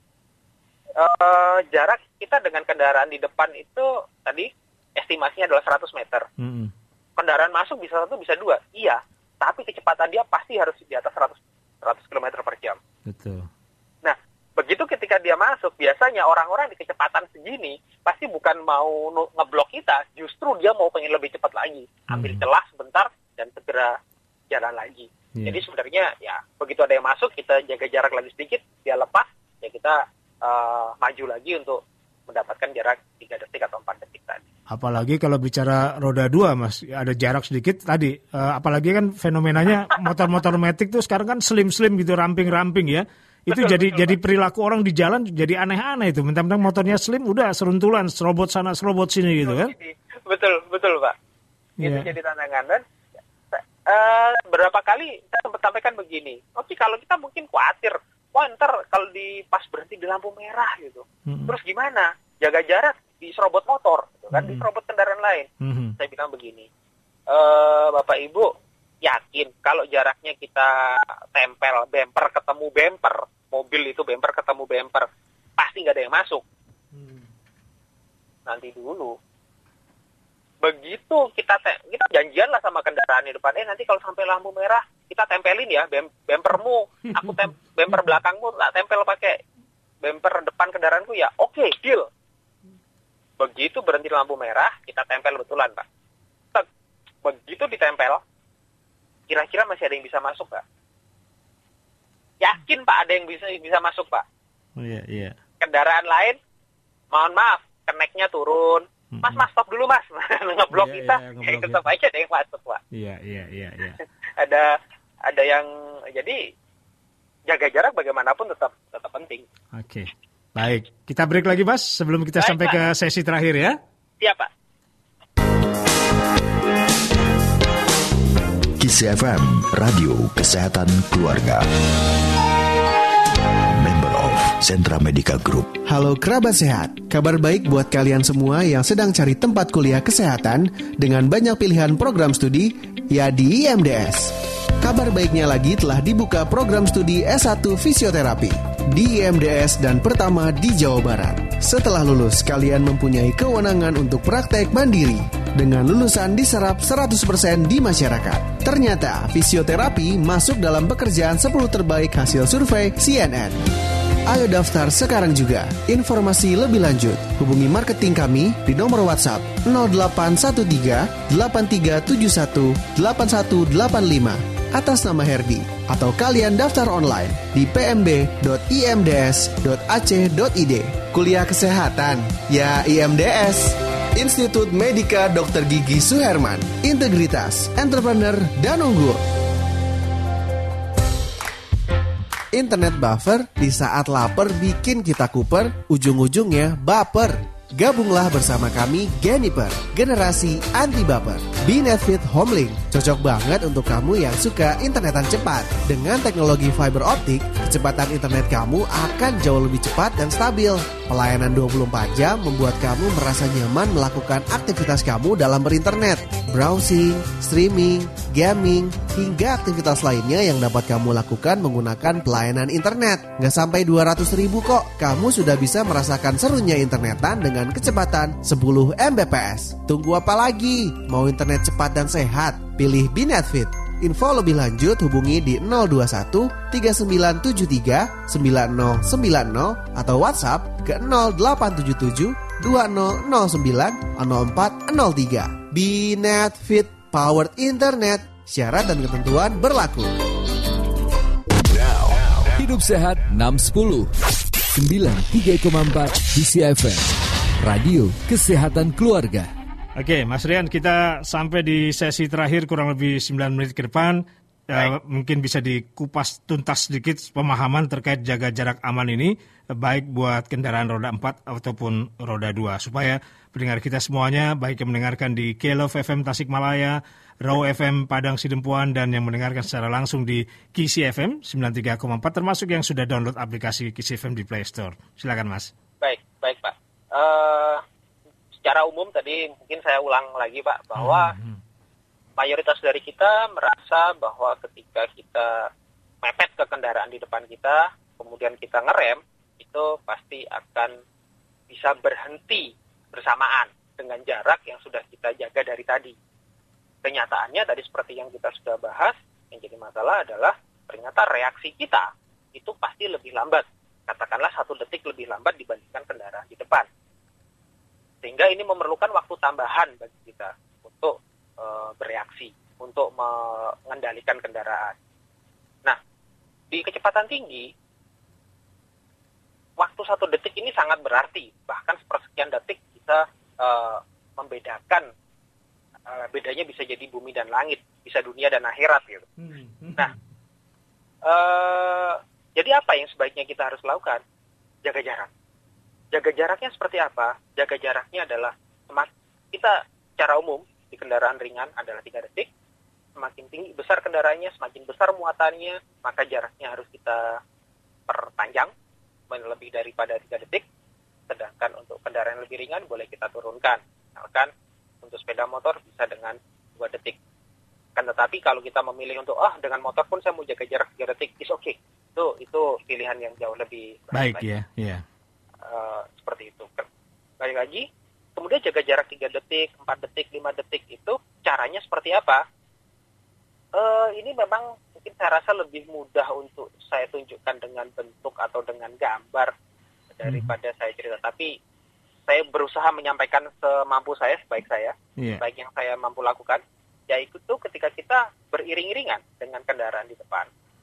uh, jarak kita dengan kendaraan di depan itu tadi estimasinya adalah seratus meter. Mm-hmm. Kendaraan masuk bisa satu, bisa dua. Iya, tapi kecepatan dia pasti harus di atas seratus kilometer per jam. Betul. Nah, begitu ketika dia masuk, biasanya orang-orang di kecepatan segini pasti bukan mau ngeblok kita, justru dia mau pengen lebih cepat lagi, ambil hmm. celah sebentar dan segera jalan lagi. Yeah. Jadi sebenarnya ya begitu ada yang masuk, kita jaga jarak lagi sedikit, dia lepas, ya kita uh, maju lagi untuk mendapatkan jarak tiga detik atau empat detik tadi. Apalagi kalau bicara roda dua, Mas, ada jarak sedikit tadi. Uh, apalagi kan fenomenanya motor-motor matic tuh sekarang kan slim-slim gitu, ramping-ramping ya. Itu betul, jadi betul, jadi perilaku orang di jalan jadi aneh-aneh itu. Mentang-mentang motornya slim, udah seruntulan, serobot sana, serobot sini gitu kan. Betul, betul Pak. Itu yeah. jadi tantangan. Dan uh, berapa kali saya sempat sampaikan begini, oke kalau kita mungkin khawatir, wah ntar kalau di pas berhenti di lampu merah gitu, hmm. terus gimana? Jaga jarak di serobot motor, gitu kan, hmm. di serobot kendaraan lain. Hmm. Saya bilang begini, uh, Bapak Ibu yakin kalau jaraknya kita tempel bumper ketemu bumper, mobil itu bumper ketemu bumper, pasti nggak ada yang masuk. Hmm. Nanti dulu. Begitu kita te- kita janjian lah sama kendaraan di depan, eh nanti kalau sampai lampu merah kita tempelin ya bem- bumpermu, aku tem- bumper belakangmu tak tempel pakai bumper depan kendaraanku ya, oke okay, deal. Begitu berhenti lampu merah, kita tempel betulan Pak. Tek. Begitu ditempel, kira-kira masih ada yang bisa masuk Pak? Yakin Pak ada yang bisa bisa masuk Pak? Oh iya iya. Kendaraan lain, mohon maaf, keneknya turun. Mas, mas, stop dulu mas, ngeblok yeah, kita, yeah, ya, tetap aja ada yang masuk Pak. Iya, iya, iya. iya. ada ada yang, jadi jaga jarak bagaimanapun tetap tetap penting. Oke, okay. Baik. Kita break lagi Mas, sebelum kita Baik, sampai Pak. ke sesi terakhir ya. Siap Pak. Kisi F M, Radio Kesehatan Keluarga. Sentra Medica Group. Halo kerabat sehat, kabar baik buat kalian semua yang sedang cari tempat kuliah kesehatan dengan banyak pilihan program studi, ya di I M D S. Kabar baiknya lagi telah dibuka program studi S satu Fisioterapi di I M D S dan pertama di Jawa Barat. Setelah lulus, kalian mempunyai kewenangan untuk praktek mandiri. Dengan lulusan diserap seratus persen di masyarakat. Ternyata fisioterapi masuk dalam pekerjaan sepuluh terbaik hasil survei C N N. Ayo daftar sekarang juga. Informasi lebih lanjut, hubungi marketing kami di nomor WhatsApp nol delapan satu tiga delapan tiga tujuh satu delapan satu delapan lima atas nama Herdi, atau kalian daftar online di p m b dot i m d s dot a c dot i d. Kuliah kesehatan, ya I M D S. Institut Medika Dokter Gigi Suherman. Integritas, entrepreneur, dan unggul. Internet buffer di saat lapar bikin kita kuper, ujung-ujungnya baper. Gabunglah bersama kami Geniper, generasi anti baper. Binetfit Homelink cocok banget untuk kamu yang suka internetan cepat. Dengan teknologi fiber optik, kecepatan internet kamu akan jauh lebih cepat dan stabil. Pelayanan dua puluh empat jam membuat kamu merasa nyaman melakukan aktivitas kamu dalam berinternet. Browsing, streaming, gaming, hingga aktivitas lainnya yang dapat kamu lakukan menggunakan pelayanan internet. Nggak sampai dua ratus ribu kok, kamu sudah bisa merasakan serunya internetan dengan kecepatan sepuluh megabit per second. Tunggu apa lagi? Mau internet cepat dan sehat? Pilih Binetfit. Info lebih lanjut hubungi di nol dua satu tiga sembilan tujuh tiga sembilan nol sembilan nol atau WhatsApp ke nol delapan tujuh tujuh dua nol nol sembilan nol empat nol tiga. Binetfit, powered internet, syarat dan ketentuan berlaku. Hidup sehat enam sepuluh sembilan tiga koma empat D C F M Radio Kesehatan Keluarga. Oke, Mas Rian, kita sampai di sesi terakhir kurang lebih sembilan menit ke depan. Uh, mungkin bisa dikupas tuntas sedikit pemahaman terkait jaga jarak aman ini, baik buat kendaraan roda empat ataupun roda dua, supaya pendengar kita semuanya, baik yang mendengarkan di K L O V F M Tasikmalaya, Raw F M Padang Sidempuan, dan yang mendengarkan secara langsung di Kisi F M sembilan puluh tiga koma empat, termasuk yang sudah download aplikasi Kisi F M di Play Store. Silakan, Mas. Baik, baik Pak. Uh... Secara umum tadi mungkin saya ulang lagi Pak, bahwa hmm. mayoritas dari kita merasa bahwa ketika kita mepet ke kendaraan di depan kita, kemudian kita ngerem, itu pasti akan bisa berhenti bersamaan dengan jarak yang sudah kita jaga dari tadi. Kenyataannya tadi seperti yang kita sudah bahas, yang jadi masalah adalah ternyata reaksi kita itu pasti lebih lambat. Katakanlah satu detik lebih lambat dibandingkan kendaraan di depan. Sehingga ini memerlukan waktu tambahan bagi kita untuk e, bereaksi, untuk mengendalikan kendaraan. Nah, di kecepatan tinggi, waktu satu detik ini sangat berarti. Bahkan sepersekian detik bisa e, membedakan, e, bedanya bisa jadi bumi dan langit, bisa dunia dan akhirat gitu. Nah, e, jadi apa yang sebaiknya kita harus lakukan? Jaga jarak. Jaga jaraknya seperti apa? Jaga jaraknya adalah semak, kita secara umum di kendaraan ringan adalah tiga detik. Semakin tinggi besar kendaraannya, semakin besar muatannya, maka jaraknya harus kita perpanjang lebih daripada tiga detik. Sedangkan untuk kendaraan yang lebih ringan boleh kita turunkan. Misalkan untuk sepeda motor bisa dengan dua detik. Kan tetapi kalau kita memilih untuk ah dengan motor pun saya mau jaga jarak tiga detik, is oke. Okay. Itu itu pilihan yang jauh lebih baik ya, ya. Uh, seperti itu. Balik lagi, kemudian jaga jarak tiga detik, empat detik, lima detik itu caranya seperti apa? Uh, ini memang mungkin saya rasa lebih mudah untuk saya tunjukkan dengan bentuk atau dengan gambar daripada hmm. saya cerita. Tapi saya berusaha menyampaikan semampu saya, sebaik saya, yeah. sebaik yang saya mampu lakukan, yaitu ketika kita beriring-iringan dengan kendaraan di depan.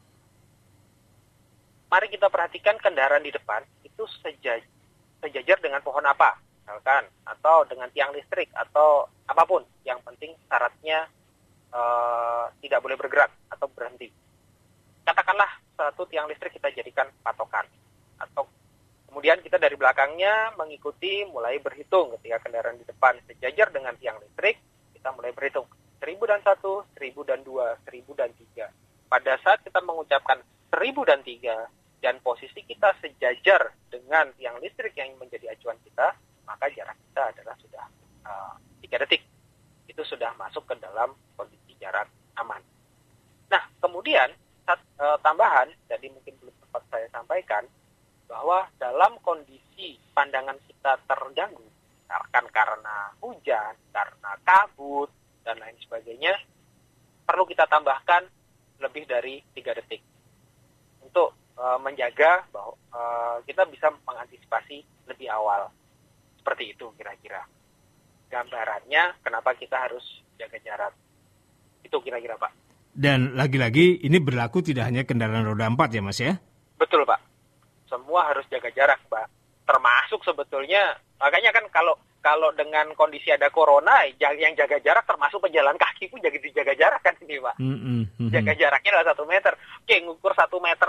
Mari kita perhatikan kendaraan di depan itu sejajar, sejajar dengan pohon apa, misalkan, atau dengan tiang listrik, atau apapun. Yang penting syaratnya uh, tidak boleh bergerak atau berhenti. Katakanlah satu tiang listrik kita jadikan patokan, atau kemudian kita dari belakangnya mengikuti mulai berhitung ketika kendaraan di depan sejajar dengan tiang listrik, kita mulai berhitung seribu dan satu, seribu dan dua, seribu dan tiga. Pada saat kita mengucapkan seribu dan tiga, dan posisi kita sejajar dengan tiang listrik yang menjadi acuan kita, maka jarak kita adalah sudah uh, tiga detik. Itu sudah masuk ke dalam kondisi jarak aman. Nah, kemudian kemudian sat, uh, tambahan, jadi mungkin belum sempat saya sampaikan, bahwa dalam kondisi pandangan kita terganggu, misalkan karena hujan, karena kabut, dan lain sebagainya, perlu kita tambahkan lebih dari tiga detik untuk uh, menjaga bahwa uh, kita bisa mengantisipasi lebih awal. Seperti itu kira-kira gambarannya kenapa kita harus jaga jarak. Itu kira-kira, Pak. Dan lagi-lagi ini berlaku tidak hanya kendaraan roda empat ya, Mas ya? Betul, Pak. Semua harus jaga jarak, Pak. Termasuk sebetulnya, makanya kan kalau kalau dengan kondisi ada corona, yang jaga jarak termasuk pejalan kaki pun jaga dijaga jarak kan ini, Pak. Mm-hmm. Jaga jaraknya adalah satu meter. Oke, ngukur satu meter,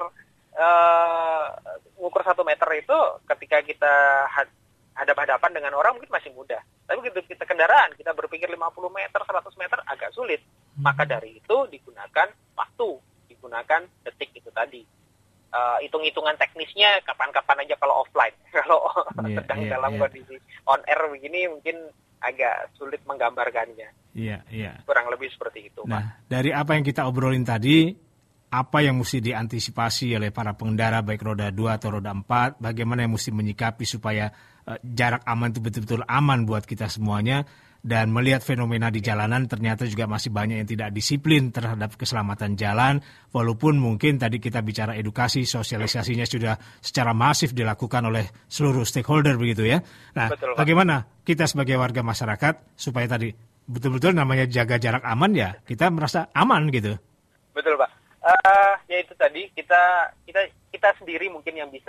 uh, ngukur satu meter itu ketika kita hadap-hadapan dengan orang mungkin masih mudah. Tapi begitu kita kendaraan, kita berpikir lima puluh meter, seratus meter agak sulit. Maka dari itu digunakan waktu, digunakan detik itu tadi. Uh, hitung-hitungan teknisnya kapan-kapan aja kalau offline. Kalau yeah, sedang yeah, dalam yeah. kondisi on air begini mungkin agak sulit menggambarkannya. Iya, yeah, iya. Yeah. Kurang lebih seperti itu, Nah, Pak. Dari apa yang kita obrolin tadi, apa yang mesti diantisipasi oleh para pengendara baik roda dua atau roda empat, bagaimana yang mesti menyikapi supaya uh, jarak aman itu betul-betul aman buat kita semuanya. Dan melihat fenomena di jalanan ternyata juga masih banyak yang tidak disiplin terhadap keselamatan jalan. Walaupun mungkin tadi kita bicara edukasi, sosialisasinya sudah secara masif dilakukan oleh seluruh stakeholder begitu ya. Nah, betul, bagaimana kita sebagai warga masyarakat supaya tadi betul-betul namanya jaga jarak aman ya, kita merasa aman gitu. Betul, Pak. Uh, ya itu tadi kita kita kita sendiri mungkin yang bisa,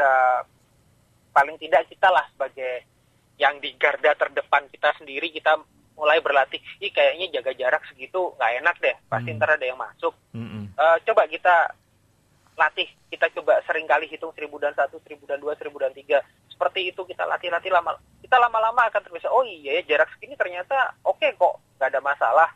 paling tidak kita lah sebagai yang di garda terdepan, kita sendiri kita mulai berlatih, ih kayaknya jaga jarak segitu nggak enak deh, pasti hmm. ntar ada yang masuk. Hmm. Uh, coba kita latih, kita coba sering kali hitung seribu dan satu, seribu dan dua, seribu dan tiga. Seperti itu kita latih-latih lama, kita lama-lama akan terbiasa. Oh iya ya, jarak segini ternyata oke okay kok, nggak ada masalah.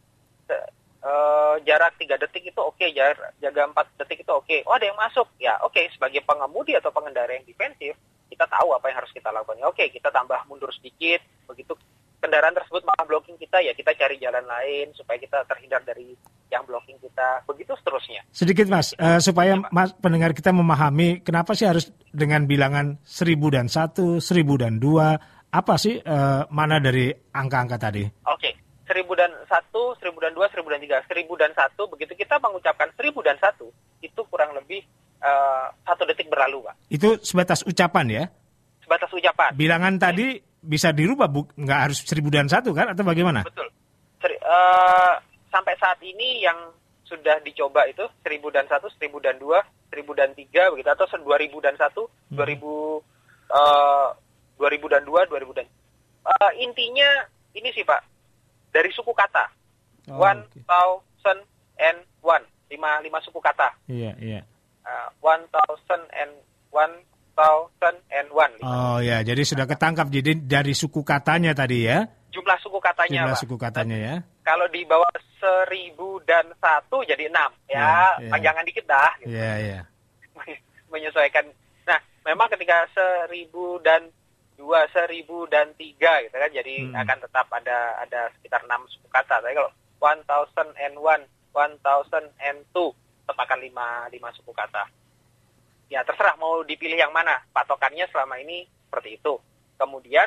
Uh, jarak tiga detik itu oke, okay, jarak jaga empat detik itu oke. Okay. Oh ada yang masuk, ya oke. Okay. Sebagai pengemudi atau pengendara yang defensif, kita tahu apa yang harus kita lakukan. Oke, okay, kita tambah mundur sedikit, begitu kendaraan tersebut malah blocking kita, ya kita cari jalan lain supaya kita terhindar dari yang blocking kita, begitu seterusnya. Sedikit Mas, uh, supaya mas, pendengar kita memahami kenapa sih harus dengan bilangan seribu dan satu, seribu dan dua, apa sih uh, mana dari angka-angka tadi? Oke, okay. seribu dan satu, seribu dan dua, seribu dan tiga, seribu dan satu, begitu kita mengucapkan seribu dan satu, itu kurang lebih uh, satu detik berlalu, Pak. Itu sebatas ucapan ya? Sebatas ucapan. Bilangan okay. tadi bisa dirubah, bu, nggak harus seribu dan satu kan, atau bagaimana? Betul. Seri, uh, sampai saat ini yang sudah dicoba itu seribu dan satu, seribu dan dua, seribu dan tiga, begitu, atau dua ribu dan satu, hmm. dua ribu, uh, dua ribu dan dua, dua ribu dan... Uh, intinya ini sih Pak, dari suku kata. Oh, one okay. thousand and one. Lima, lima suku kata. Iya, iya. Uh, one thousand and one. Thousand and one. Oh ya, jadi sudah ketangkap jadi dari suku katanya tadi ya? Jumlah suku katanya, Jumlah Pak. suku katanya ya. Kalau di bawah seribu dan satu jadi enam, ya, ya, ya. Panjangan dikit dah. Iya, gitu. Iya. Menyesuaikan. Nah, memang ketika seribu dan dua, seribu dan tiga, gitu kan, jadi hmm. akan tetap ada ada sekitar enam suku kata. Tapi kalau one thousand and one, one thousand and two, tetap akan lima lima suku kata. Ya terserah mau dipilih yang mana, patokannya selama ini seperti itu. Kemudian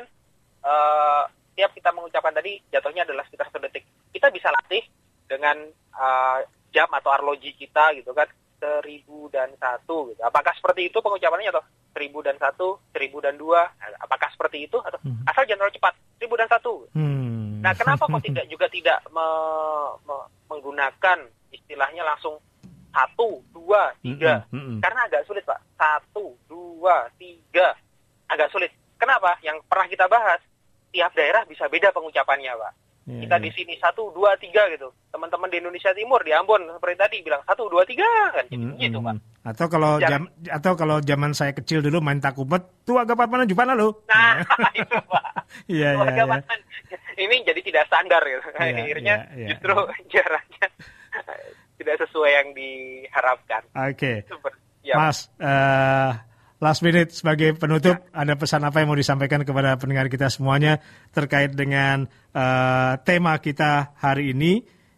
uh, tiap kita mengucapkan tadi jatuhnya adalah sekitar satu detik. Kita bisa latih dengan uh, jam atau arloji kita gitu kan, seribu dan satu gitu. Apakah seperti itu pengucapannya atau seribu dan satu, seribu dan dua? Apakah seperti itu atau hmm. asal jangan terlalu cepat, seribu dan satu. Hmm. Nah kenapa kok tidak juga tidak me, me, menggunakan istilahnya langsung satu, dua, tiga. Mm-hmm, mm-hmm. Karena agak sulit, Pak. Satu, dua, tiga. Agak sulit. Kenapa? Yang pernah kita bahas, tiap daerah bisa beda pengucapannya, Pak. Yeah, kita yeah. di sini satu, dua, tiga gitu. Teman-teman di Indonesia Timur, di Ambon, seperti tadi bilang satu, dua, tiga kan. Mm-hmm. Gitu, Pak. Atau kalau jam, atau kalau zaman saya kecil dulu main takumet, tuh agak apa-apa jupana lo. Nah, itu, Pak. Iya, iya, iya. Ini jadi tidak standar gitu. Yeah, akhirnya yeah, yeah, justru yeah. jaraknya tidak sesuai yang diharapkan. Oke, okay. ya. Mas, uh, last minute sebagai penutup, ya. Ada pesan apa yang mau disampaikan kepada pendengar kita semuanya terkait dengan uh, tema kita hari ini,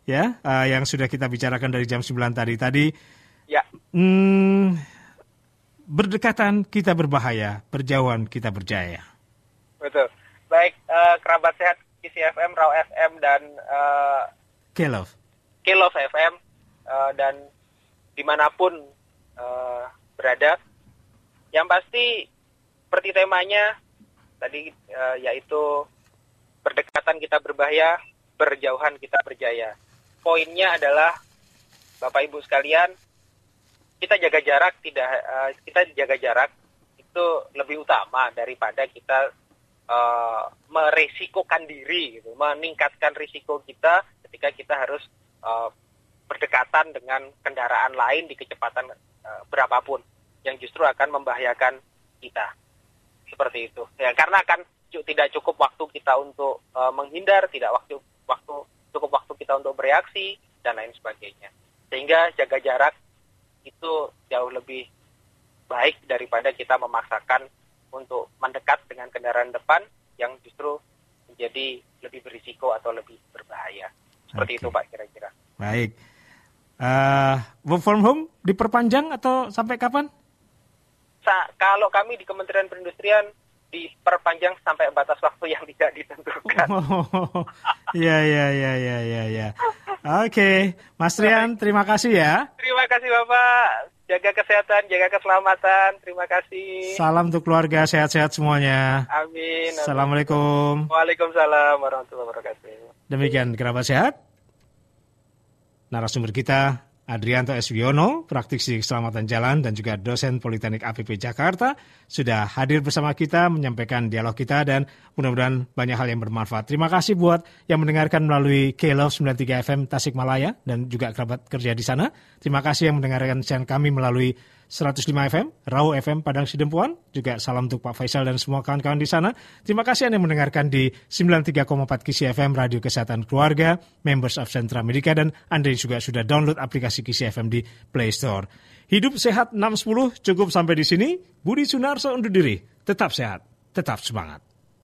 ya uh, yang sudah kita bicarakan dari jam sembilan tadi tadi. Ya. Hmm, berdekatan kita berbahaya, berjauhan kita berjaya. Betul. Baik, uh, kerabat sehat K C F M, Raw F M dan uh, K-Love. K-Love F M uh, dan dimanapun uh, berada. Yang pasti seperti temanya tadi uh, yaitu berdekatan kita berbahaya, berjauhan kita berjaya. Poinnya adalah Bapak Ibu sekalian, kita jaga jarak tidak uh, kita jaga jarak itu lebih utama daripada kita uh, meresikokan diri gitu, meningkatkan risiko kita ketika kita harus uh, berdekatan dengan kendaraan lain di kecepatan uh, berapapun yang justru akan membahayakan kita. Seperti itu. Ya, karena akan tidak cukup waktu kita untuk uh, menghindar, tidak waktu waktu cukup waktu kita untuk bereaksi dan lain sebagainya. Sehingga jaga jarak itu jauh lebih baik daripada kita memaksakan untuk mendekat dengan kendaraan depan yang justru menjadi lebih berisiko atau lebih berbahaya. Seperti okay. itu Pak kira-kira. Baik. Uh, work from home diperpanjang atau sampai kapan? Sa- kalau kami di Kementerian Perindustrian diperpanjang sampai batas waktu yang tidak ditentukan. Iya, iya, iya, iya, iya, ya. Oke, Mas Rian, terima kasih ya. Terima kasih Bapak. Jaga kesehatan, jaga keselamatan. Terima kasih. Salam untuk keluarga, sehat-sehat semuanya. Amin. amin. Assalamualaikum. Waalaikumsalam warahmatullahi wabarakatuh. Demikian kerabat sehat. Narasumber kita Adrianto S. Wiono, praktisi keselamatan jalan dan juga dosen Politeknik A P P Jakarta, sudah hadir bersama kita menyampaikan dialog kita dan mudah-mudahan banyak hal yang bermanfaat. Terima kasih buat yang mendengarkan melalui K-Love sembilan puluh tiga F M Tasikmalaya dan juga kerabat kerja di sana. Terima kasih yang mendengarkan siaran kami melalui seratus lima F M, Raw F M Padang Sidempuan. Juga salam untuk Pak Faisal dan semua kawan-kawan di sana. Terima kasih yang mendengarkan di sembilan puluh tiga koma empat K C F M Radio Kesehatan Keluarga, Members of Sentra Medica, dan Anda juga sudah download aplikasi K C F M di Play Store. Hidup sehat enam sepuluh cukup sampai di sini. Budi Sunarso undur diri. Tetap sehat, tetap semangat.